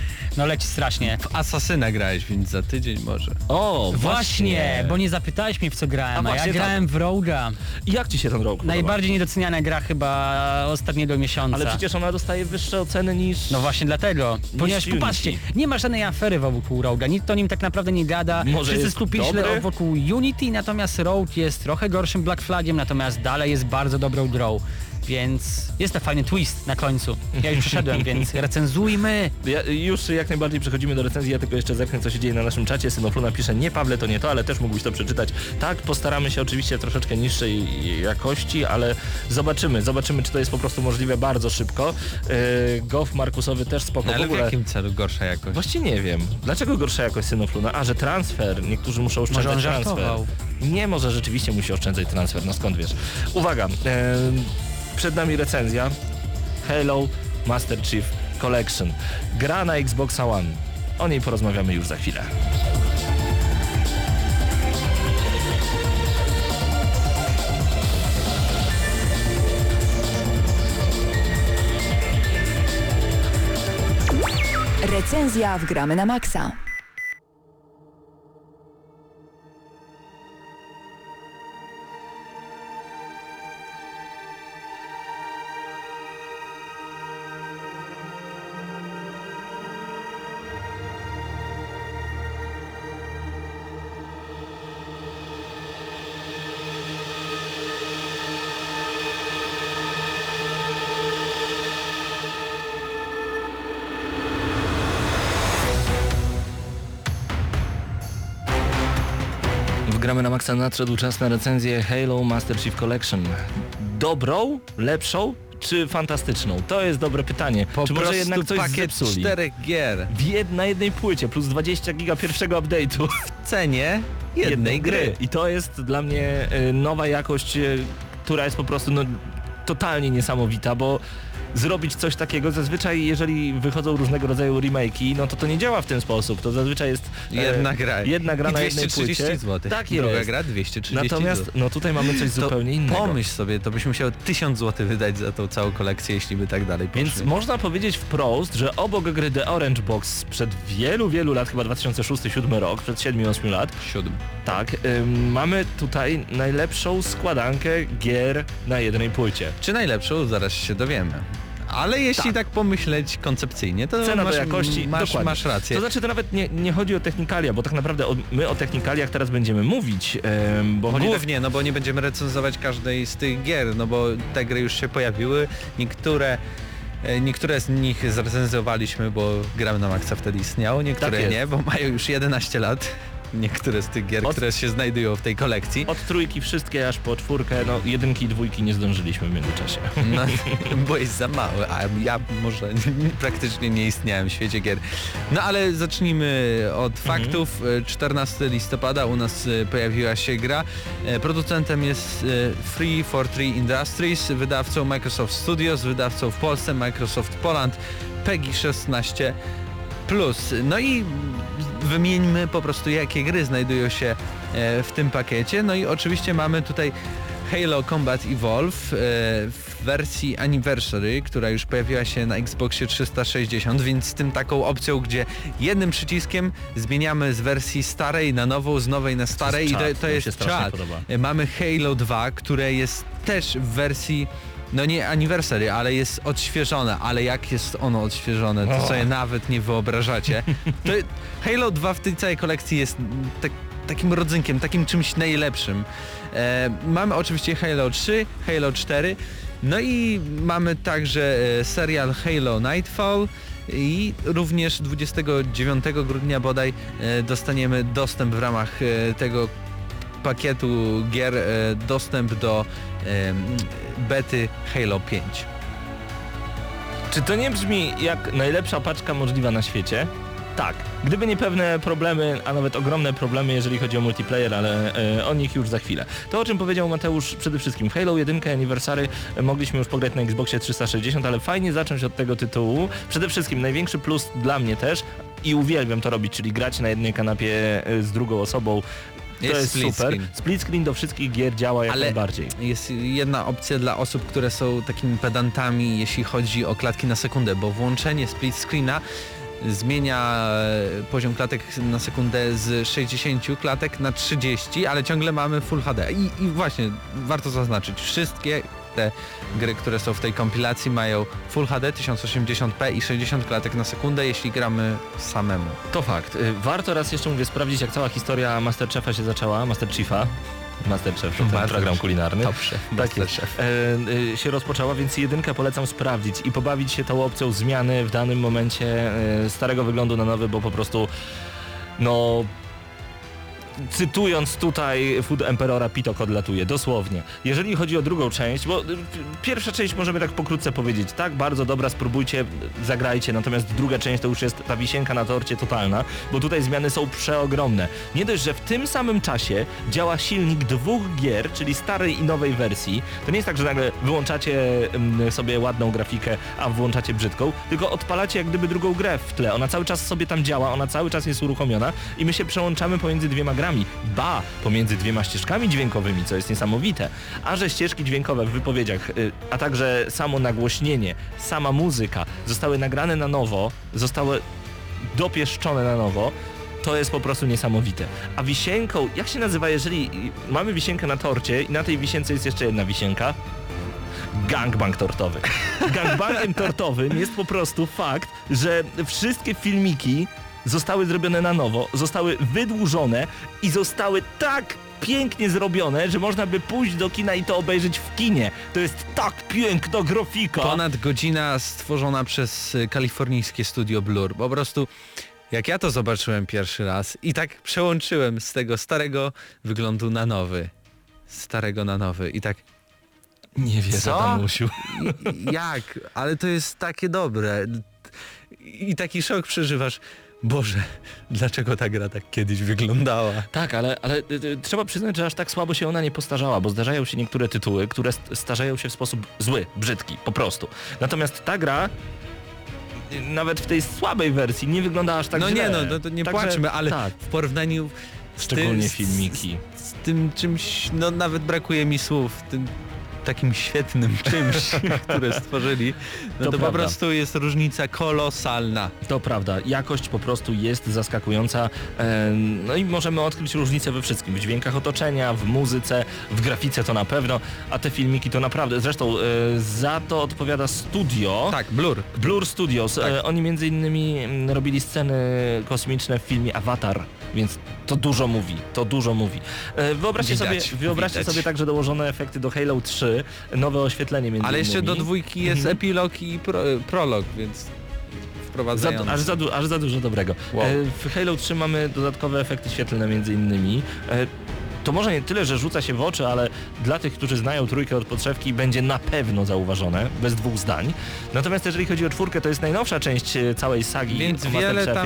Speaker 4: No leci strasznie.
Speaker 3: W Asasyna grałeś, więc za tydzień może.
Speaker 5: O,
Speaker 4: Właśnie, bo nie zapytałeś mnie w co grałem,
Speaker 5: A
Speaker 4: a ja
Speaker 5: właśnie
Speaker 4: grałem w Rogue'a.
Speaker 5: I jak ci się ten rok podoba?
Speaker 4: Najbardziej niedoceniana gra chyba ostatniego miesiąca.
Speaker 5: Ale przecież ona dostaje wyższe oceny niż...
Speaker 4: No właśnie dlatego, ponieważ
Speaker 5: Unity.
Speaker 4: popatrzcie, nie ma żadnej afery wokół Rogue'a, nikt o nim tak naprawdę nie gada.
Speaker 5: Może
Speaker 4: Wszyscy
Speaker 5: jest
Speaker 4: skupili się
Speaker 5: dobry?
Speaker 4: wokół Unity, natomiast Rogue jest trochę gorszym Black Flagiem, natomiast dalej jest bardzo dobrą grą. Więc jest to fajny twist na końcu. Ja już przeszedłem, więc recenzujmy.
Speaker 5: Już jak najbardziej przechodzimy do recenzji, ja tylko jeszcze zerknę, co się dzieje na naszym czacie. Synofluna pisze, nie Pawle, to nie to, ale też mógłbyś to przeczytać. Tak, postaramy się oczywiście troszeczkę niższej jakości, ale zobaczymy, czy to jest po prostu możliwe bardzo szybko. Goff Markusowy też spoko.
Speaker 3: Ale
Speaker 5: w ogóle...
Speaker 3: w jakim celu gorsza jakość?
Speaker 5: Właściwie nie wiem. Dlaczego gorsza jakość Synofluna? A, że transfer. Niektórzy muszą oszczędzać
Speaker 4: Może on
Speaker 5: transfer.
Speaker 4: żartował.
Speaker 5: Nie, może rzeczywiście musi oszczędzać transfer, no skąd wiesz. Uwaga, przed nami recenzja Halo Master Chief Collection. Gra na Xboxa One. O niej porozmawiamy już za chwilę.
Speaker 6: Recenzja w Gramy na Maxa.
Speaker 5: Gramy na Maxa, nadszedł czas na recenzję Halo Master Chief Collection. Dobrą? Lepszą? Czy fantastyczną? To jest dobre pytanie.
Speaker 3: Po
Speaker 5: czy może jednak coś
Speaker 3: pakiet
Speaker 5: zepsuli?
Speaker 3: 4 gier
Speaker 5: Na jednej płycie plus 20 giga pierwszego update'u.
Speaker 3: w cenie jednej gry.
Speaker 5: I to jest dla mnie nowa jakość, która jest po prostu totalnie niesamowita, bo zrobić coś takiego, zazwyczaj jeżeli wychodzą różnego rodzaju remake'i, no to nie działa w ten sposób, to zazwyczaj jest
Speaker 3: Jedna gra
Speaker 5: na jednej
Speaker 3: 230
Speaker 5: płycie.
Speaker 3: zł.
Speaker 5: Tak
Speaker 3: Druga
Speaker 5: jest.
Speaker 3: gra 230
Speaker 5: Natomiast
Speaker 3: zł.
Speaker 5: tutaj mamy coś zupełnie innego.
Speaker 3: Pomyśl sobie, to byś musiał 1000 zł wydać za tą całą kolekcję, jeśli by tak dalej poszli.
Speaker 5: Więc można powiedzieć wprost, że obok gry The Orange Box sprzed wielu lat, chyba 2006-2007 rok, przed 7-8 lat,
Speaker 3: 7.
Speaker 5: tak, mamy tutaj najlepszą składankę gier na jednej płycie.
Speaker 3: Czy najlepszą? Zaraz się dowiemy. Ale jeśli tak pomyśleć koncepcyjnie, to
Speaker 5: Cena
Speaker 3: masz,
Speaker 5: do jakości, dokładnie.
Speaker 3: masz rację.
Speaker 5: To znaczy to nawet nie chodzi o technikalia, bo tak naprawdę my o technikaliach teraz będziemy mówić, bo chodzi
Speaker 3: Głównie, no bo nie będziemy recenzować każdej z tych gier, no bo te gry już się pojawiły, niektóre z nich zrecenzowaliśmy, bo Gramy na Maxa wtedy istniało, niektóre
Speaker 5: Tak
Speaker 3: nie, bo mają już 11 lat. Niektóre z tych gier, które się znajdują w tej kolekcji.
Speaker 5: Od trójki wszystkie aż po czwórkę, jedynki i dwójki nie zdążyliśmy w międzyczasie.
Speaker 3: No, bo jest za mały, a ja może praktycznie nie istniałem w świecie gier. No ale zacznijmy od faktów. 14 listopada u nas pojawiła się gra. Producentem jest 343 Industries, wydawcą Microsoft Studios, wydawcą w Polsce Microsoft Poland, PEGI 16+. No i wymieńmy po prostu, jakie gry znajdują się w tym pakiecie. No i oczywiście mamy tutaj Halo Combat Evolve w wersji Anniversary, która już pojawiła się na Xboxie 360, więc z tym taką opcją, gdzie jednym przyciskiem zmieniamy z wersji starej na nową, z nowej na starej i to jest czad. Mamy Halo 2, które jest też w wersji nie Anniversary, ale jest odświeżone, ale jak jest ono odświeżone, to sobie nawet nie wyobrażacie. To Halo 2 w tej całej kolekcji jest takim rodzynkiem, takim czymś najlepszym. Mamy oczywiście Halo 3, Halo 4, no i mamy także serial Halo Nightfall i również 29 grudnia bodaj dostaniemy dostęp w ramach tego pakietu gier, dostęp do bety Halo 5.
Speaker 5: Czy to nie brzmi jak najlepsza paczka możliwa na świecie? Tak, gdyby nie pewne problemy, a nawet ogromne problemy, jeżeli chodzi o multiplayer, ale o nich już za chwilę. To, o czym powiedział Mateusz, przede wszystkim Halo 1 Anniversary mogliśmy już pograć na Xboxie 360, ale fajnie zacząć od tego tytułu. Przede wszystkim największy plus dla mnie też i uwielbiam to robić, czyli grać na jednej kanapie z drugą osobą. To jest
Speaker 3: split
Speaker 5: super.
Speaker 3: screen.
Speaker 5: Split screen do wszystkich gier działa jak najbardziej.
Speaker 3: Jest jedna opcja dla osób, które są takimi pedantami, jeśli chodzi o klatki na sekundę, bo włączenie split screena zmienia poziom klatek na sekundę z 60 klatek na 30, ale ciągle mamy Full HD. I właśnie warto zaznaczyć, wszystkie te gry, które są w tej kompilacji, mają Full HD 1080p i 60 klatek na sekundę, jeśli gramy samemu.
Speaker 5: To fakt. Warto raz jeszcze, mówię, sprawdzić, jak cała historia Masterchefa się zaczęła, Masterchiefa. Masterchef to ten program kulinarny.
Speaker 3: Dobrze.
Speaker 5: Tak jest. Się rozpoczęła, więc jedynkę polecam sprawdzić i pobawić się tą opcją zmiany w danym momencie starego wyglądu na nowy, bo po prostu cytując tutaj Food Emperora, pitok odlatuje, dosłownie. Jeżeli chodzi o drugą część, bo pierwsza część możemy tak pokrótce powiedzieć, tak, bardzo dobra, spróbujcie, zagrajcie, natomiast druga część to już jest ta wisienka na torcie totalna, bo tutaj zmiany są przeogromne. Nie dość, że w tym samym czasie działa silnik dwóch gier, czyli starej i nowej wersji. To nie jest tak, że nagle wyłączacie sobie ładną grafikę, a włączacie brzydką, tylko odpalacie jak gdyby drugą grę w tle. Ona cały czas sobie tam działa, ona cały czas jest uruchomiona i my się przełączamy pomiędzy dwiema grami. Pomiędzy dwiema ścieżkami dźwiękowymi, co jest niesamowite. A że ścieżki dźwiękowe w wypowiedziach, a także samo nagłośnienie, sama muzyka zostały nagrane na nowo, zostały dopieszczone na nowo, to jest po prostu niesamowite. A wisienką, jak się nazywa, jeżeli mamy wisienkę na torcie i na tej wisience jest jeszcze jedna wisienka? Gangbang tortowy. Gangbangiem tortowym jest po prostu fakt, że wszystkie filmiki zostały zrobione na nowo, zostały wydłużone i zostały tak pięknie zrobione, że można by pójść do kina i to obejrzeć w kinie. To jest tak piękna grafika.
Speaker 3: Ponad godzina stworzona przez kalifornijskie studio Blur. Po prostu jak ja to zobaczyłem pierwszy raz i tak przełączyłem z tego starego wyglądu na nowy. Starego na nowy i tak...
Speaker 5: Nie wierzę, Danusiu.
Speaker 3: Jak? Ale to jest takie dobre. I taki szok przeżywasz. Boże, dlaczego ta gra tak kiedyś wyglądała?
Speaker 5: Tak, ale trzeba przyznać, że aż tak słabo się ona nie postarzała, bo zdarzają się niektóre tytuły, które starzeją się w sposób zły, brzydki, po prostu. Natomiast ta gra nawet w tej słabej wersji nie wygląda aż tak źle.
Speaker 3: To nie płaczmy, ale tak. W porównaniu
Speaker 5: szczególnie filmiki.
Speaker 3: Z tym czymś, nawet brakuje mi słów, tym takim świetnym czymś, które stworzyli, to po prostu jest różnica kolosalna.
Speaker 5: To prawda, jakość po prostu jest zaskakująca, no i możemy odkryć różnicę we wszystkim, w dźwiękach otoczenia, w muzyce, w grafice to na pewno, a te filmiki to naprawdę, zresztą za to odpowiada studio.
Speaker 3: Tak, Blur.
Speaker 5: Blur Studios, tak. Oni między innymi robili sceny kosmiczne w filmie Avatar, więc to dużo mówi. Wyobraźcie sobie także dołożone efekty do Halo 3, nowe oświetlenie między
Speaker 3: Ale jeszcze
Speaker 5: innymi.
Speaker 3: do dwójki jest epilog i prolog, więc wprowadzający.
Speaker 5: Aż za dużo dobrego.
Speaker 3: Wow.
Speaker 5: W Halo 3 mamy dodatkowe efekty świetlne między innymi. To może nie tyle, że rzuca się w oczy, ale dla tych, którzy znają trójkę od podszewki, będzie na pewno zauważone, bez dwóch zdań. Natomiast jeżeli chodzi o czwórkę, to jest najnowsza część całej sagi.
Speaker 3: Więc wiele tam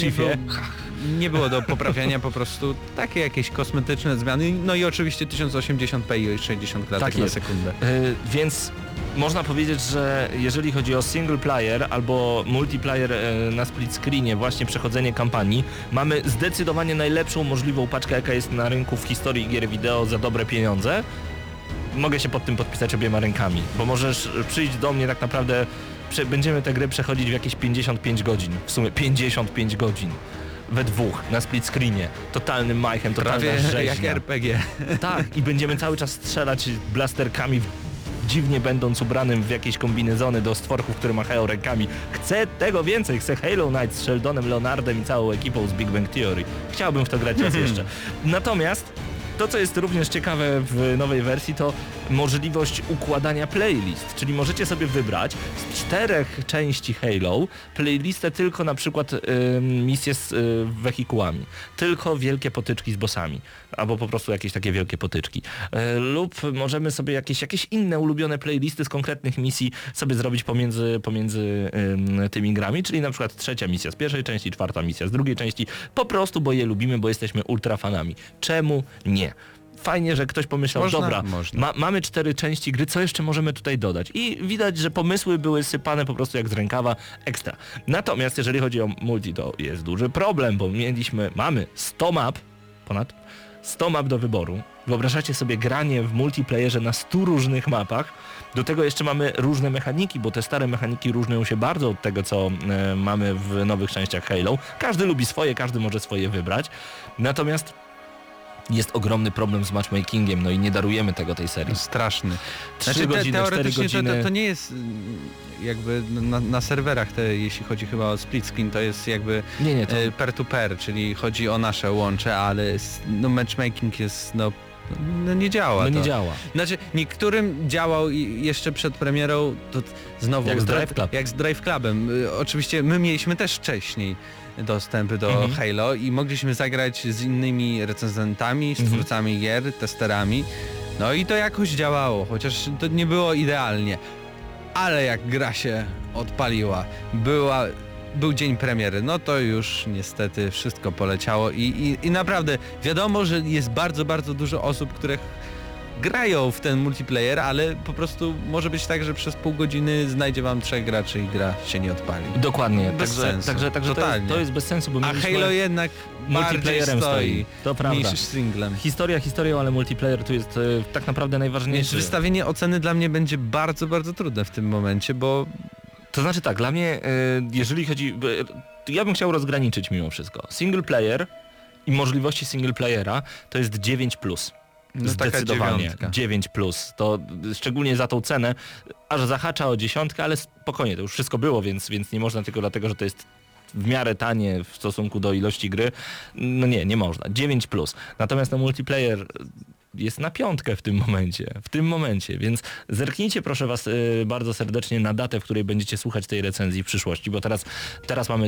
Speaker 3: nie było do poprawiania, po prostu takie jakieś kosmetyczne zmiany, no i oczywiście 1080p i 60 klatek na sekundę.
Speaker 5: Więc można powiedzieć, że jeżeli chodzi o single player albo multiplayer na split screenie, właśnie przechodzenie kampanii, mamy zdecydowanie najlepszą możliwą paczkę, jaka jest na rynku w historii gier wideo za dobre pieniądze. Mogę się pod tym podpisać obiema rękami, bo możesz przyjść do mnie tak naprawdę, będziemy tę grę przechodzić w jakieś 55 godzin, w sumie 55 godzin. We dwóch, na split screenie, totalnym majchem, totalna rzeźnia.
Speaker 3: Jak RPG.
Speaker 5: Tak, i będziemy cały czas strzelać blasterkami, dziwnie będąc ubranym w jakieś kombinezony do stworków, które machają rękami. Chcę tego więcej, chcę Halo Knight z Sheldonem Leonardem i całą ekipą z Big Bang Theory. Chciałbym w to grać raz jeszcze. Natomiast to, co jest również ciekawe w nowej wersji, to możliwość układania playlist, czyli możecie sobie wybrać z 4 części Halo playlistę tylko na przykład misje z wehikułami, tylko wielkie potyczki z bossami, albo po prostu jakieś takie wielkie potyczki. Lub możemy sobie jakieś inne ulubione playlisty z konkretnych misji sobie zrobić pomiędzy tymi grami, czyli na przykład 3. misja z pierwszej części, 4. misja z drugiej części, po prostu bo je lubimy, bo jesteśmy ultra fanami. Czemu nie? Fajnie, że ktoś pomyślał, mamy 4 części gry, co jeszcze możemy tutaj dodać? I widać, że pomysły były sypane po prostu jak z rękawa, ekstra. Natomiast jeżeli chodzi o multi, to jest duży problem, bo mamy 100 map, ponad, 100 map do wyboru. Wyobrażacie sobie granie w multiplayerze na 100 różnych mapach. Do tego jeszcze mamy różne mechaniki, bo te stare mechaniki różnią się bardzo od tego, co mamy w nowych częściach Halo. Każdy lubi swoje, każdy może swoje wybrać. Natomiast jest ogromny problem z matchmakingiem, no i nie darujemy tego tej serii.
Speaker 3: Straszny.
Speaker 5: 3 godziny, 4 godziny.
Speaker 3: To nie jest jakby na serwerach, jeśli chodzi chyba o split screen, to jest jakby
Speaker 5: Nie, to...
Speaker 3: peer to peer, czyli chodzi o nasze łącze, ale no matchmaking jest no nie działa.
Speaker 5: No nie
Speaker 3: to.
Speaker 5: działa.
Speaker 3: Znaczy niektórym działał jeszcze przed premierą, to znowu
Speaker 5: jak z Drive Club.
Speaker 3: Jak z Drive Clubem. Oczywiście my mieliśmy też wcześniej dostępy do Halo i mogliśmy zagrać z innymi recenzentami, z twórcami gier, testerami. No i to jakoś działało, chociaż to nie było idealnie. Ale jak gra się odpaliła, był dzień premiery, no to już niestety wszystko poleciało i naprawdę wiadomo, że jest bardzo, bardzo dużo osób, które grają w ten multiplayer, ale po prostu może być tak, że przez pół godziny znajdzie wam 3 graczy i gra się nie odpali.
Speaker 5: Dokładnie,
Speaker 3: Bez sensu.
Speaker 5: Także to jest bez sensu, bo
Speaker 3: a Halo jednak
Speaker 5: multiplayerem stoi. To prawda.
Speaker 3: Niż singlem.
Speaker 5: Historia historią, ale multiplayer tu jest tak naprawdę najważniejszy.
Speaker 3: Więc wystawienie oceny dla mnie będzie bardzo, bardzo trudne w tym momencie, bo...
Speaker 5: To znaczy tak, dla mnie, jeżeli chodzi... Ja bym chciał rozgraniczyć mimo wszystko. Single player i możliwości single playera to jest 9+.
Speaker 3: No
Speaker 5: Zdecydowanie 9+. To szczególnie za tą cenę, aż zahacza o 10, ale spokojnie, to już wszystko było, więc nie można tylko dlatego, że to jest w miarę tanie w stosunku do ilości gry. No nie można. 9+. Natomiast multiplayer jest na 5 w tym momencie, więc zerknijcie proszę was bardzo serdecznie na datę, w której będziecie słuchać tej recenzji w przyszłości, bo teraz mamy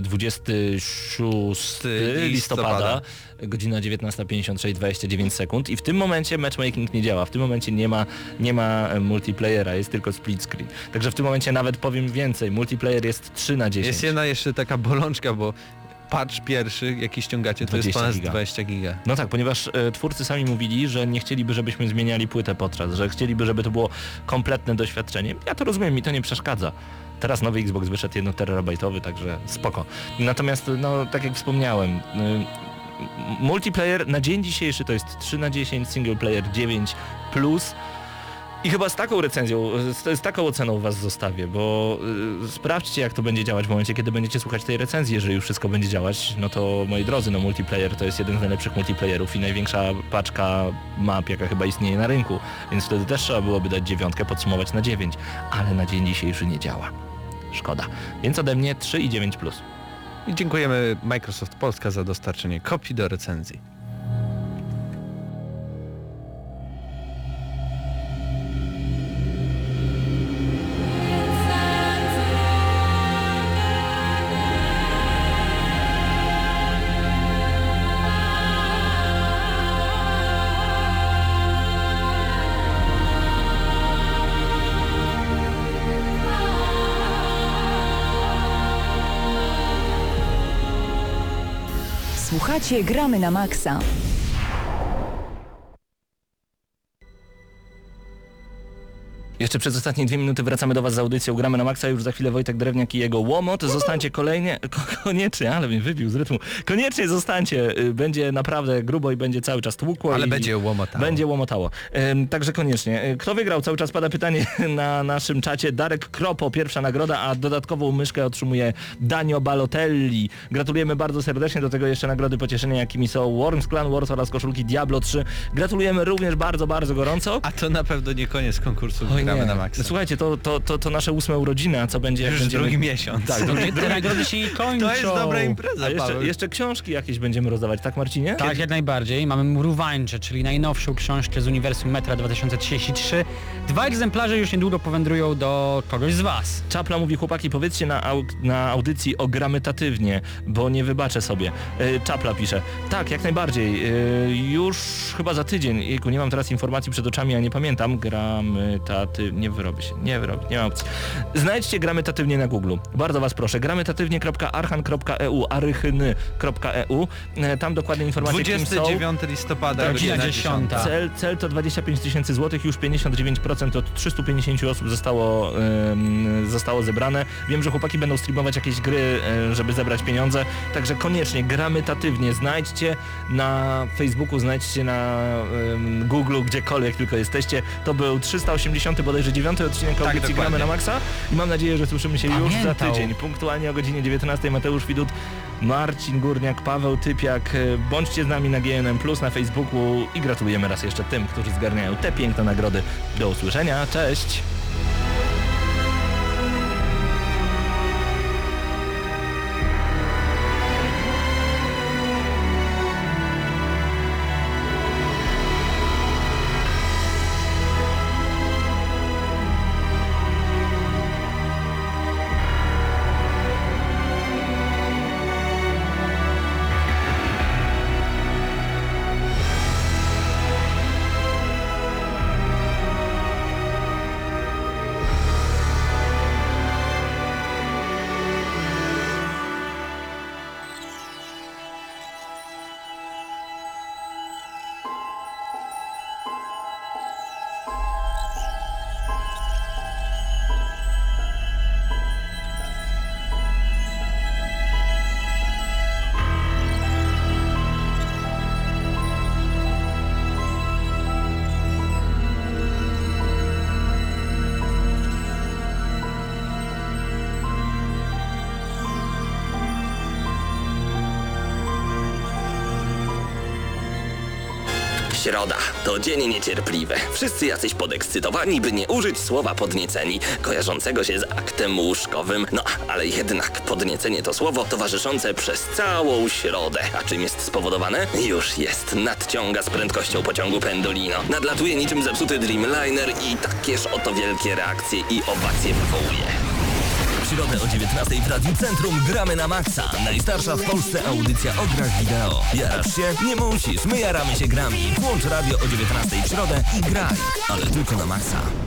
Speaker 5: 26 listopada, godzina 19:56, 29 sekund i w tym momencie matchmaking nie działa, w tym momencie nie ma multiplayera, jest tylko split screen. Także w tym momencie nawet powiem więcej, multiplayer jest 3/10.
Speaker 3: Jest jedna jeszcze taka bolączka, bo patch pierwszy, jaki ściągacie, to jest ponad 20 giga.
Speaker 5: No tak, ponieważ twórcy sami mówili, że nie chcieliby, żebyśmy zmieniali płytę podczas, że chcieliby, żeby to było kompletne doświadczenie. Ja to rozumiem, mi to nie przeszkadza. Teraz nowy Xbox wyszedł 1 terabajtowy, także spoko. Natomiast, no tak jak wspomniałem, multiplayer na dzień dzisiejszy to jest 3/10, single player 9+. I chyba z taką recenzją, z taką oceną was zostawię, bo sprawdźcie jak to będzie działać w momencie, kiedy będziecie słuchać tej recenzji. Jeżeli już wszystko będzie działać, no to moi drodzy, no multiplayer to jest jeden z najlepszych multiplayerów i największa paczka map, jaka chyba istnieje na rynku, więc wtedy też trzeba byłoby dać 9, podsumować na 9, ale na dzień dzisiejszy nie działa. Szkoda. Więc ode mnie 3 i 9+.
Speaker 3: I dziękujemy Microsoft Polska za dostarczenie kopii do recenzji.
Speaker 6: Słuchacie Gramy na Maxa.
Speaker 5: Jeszcze przez ostatnie 2 minuty wracamy do was z audycją Gramy na Maxa, już za chwilę Wojtek Drewniak i jego łomot. Zostańcie koniecznie, ale mnie wybił z rytmu. Koniecznie zostańcie, będzie naprawdę grubo i będzie cały czas tłukło.
Speaker 3: Ale będzie łomotało.
Speaker 5: Będzie łomotało. Także koniecznie. Kto wygrał? Cały czas pada pytanie na naszym czacie. Darek Kropo, pierwsza nagroda, a dodatkową myszkę otrzymuje Danio Balotelli. Gratulujemy bardzo serdecznie, do tego jeszcze nagrody pocieszenia, jakimi są Worms Clan Wars oraz koszulki Diablo 3. Gratulujemy również bardzo, bardzo gorąco.
Speaker 3: A to na pewno nie koniec konkursu.
Speaker 5: Gramy
Speaker 3: na Maxa.
Speaker 5: Słuchajcie, to nasze 8 urodziny, a co będzie?
Speaker 3: Już
Speaker 5: będziemy...
Speaker 3: drugi miesiąc.
Speaker 5: Tak,
Speaker 4: te nagrody się kończą.
Speaker 3: To jest dobra impreza,
Speaker 5: jeszcze książki jakieś będziemy rozdawać, tak Marcinie?
Speaker 4: Tak, jak najbardziej. Mamy Mruwańcze, czyli najnowszą książkę z uniwersum Metra 2033. 2 egzemplarze już niedługo powędrują do kogoś z was.
Speaker 5: Czapla mówi, chłopaki, powiedzcie na audycji o grametatywnie, bo nie wybaczę sobie. Czapla pisze, tak, jak najbardziej. Już chyba za tydzień, jejku, nie mam teraz informacji przed oczami, a nie pamiętam. niestety nie wyrobi się, nie ma opcji. Znajdźcie Gramy Tatywnie na Google. Bardzo was proszę. gramytatywnie.archan.eu, arychyny.eu. Tam dokładnie informacje, kim są.
Speaker 3: 29 listopada,
Speaker 4: godzina 10.
Speaker 5: Cel to 25 000 złotych, już 59% od 350 osób zostało zebrane. Wiem, że chłopaki będą streamować jakieś gry, żeby zebrać pieniądze, także koniecznie Gramy Tatywnie znajdźcie na Facebooku, znajdźcie na Google, gdziekolwiek tylko jesteście. To był 380 bodajże 9 odcinek audycji Gramy na Maxa i mam nadzieję, że słyszymy się już za tydzień. Punktualnie o godzinie 19. Mateusz Widut, Marcin Górniak, Paweł Typiak. Bądźcie z nami na GNM+, na Facebooku i gratulujemy raz jeszcze tym, którzy zgarniają te piękne nagrody. Do usłyszenia, cześć!
Speaker 1: Środa to dzień niecierpliwy. Wszyscy jacyś podekscytowani, by nie użyć słowa podnieceni, kojarzącego się z aktem łóżkowym. No, ale jednak podniecenie to słowo towarzyszące przez całą środę. A czym jest spowodowane? Już jest. Nadciąga z prędkością pociągu Pendolino. Nadlatuje niczym zepsuty Dreamliner i takież oto wielkie reakcje i owacje wywołuje.
Speaker 12: W środę o 19 w Radiu Centrum gramy na maksa. Najstarsza w Polsce audycja o grach wideo. Jarasz się? Nie musisz. My jaramy się grami. Włącz radio o 19 w środę i graj. Ale tylko na maksa.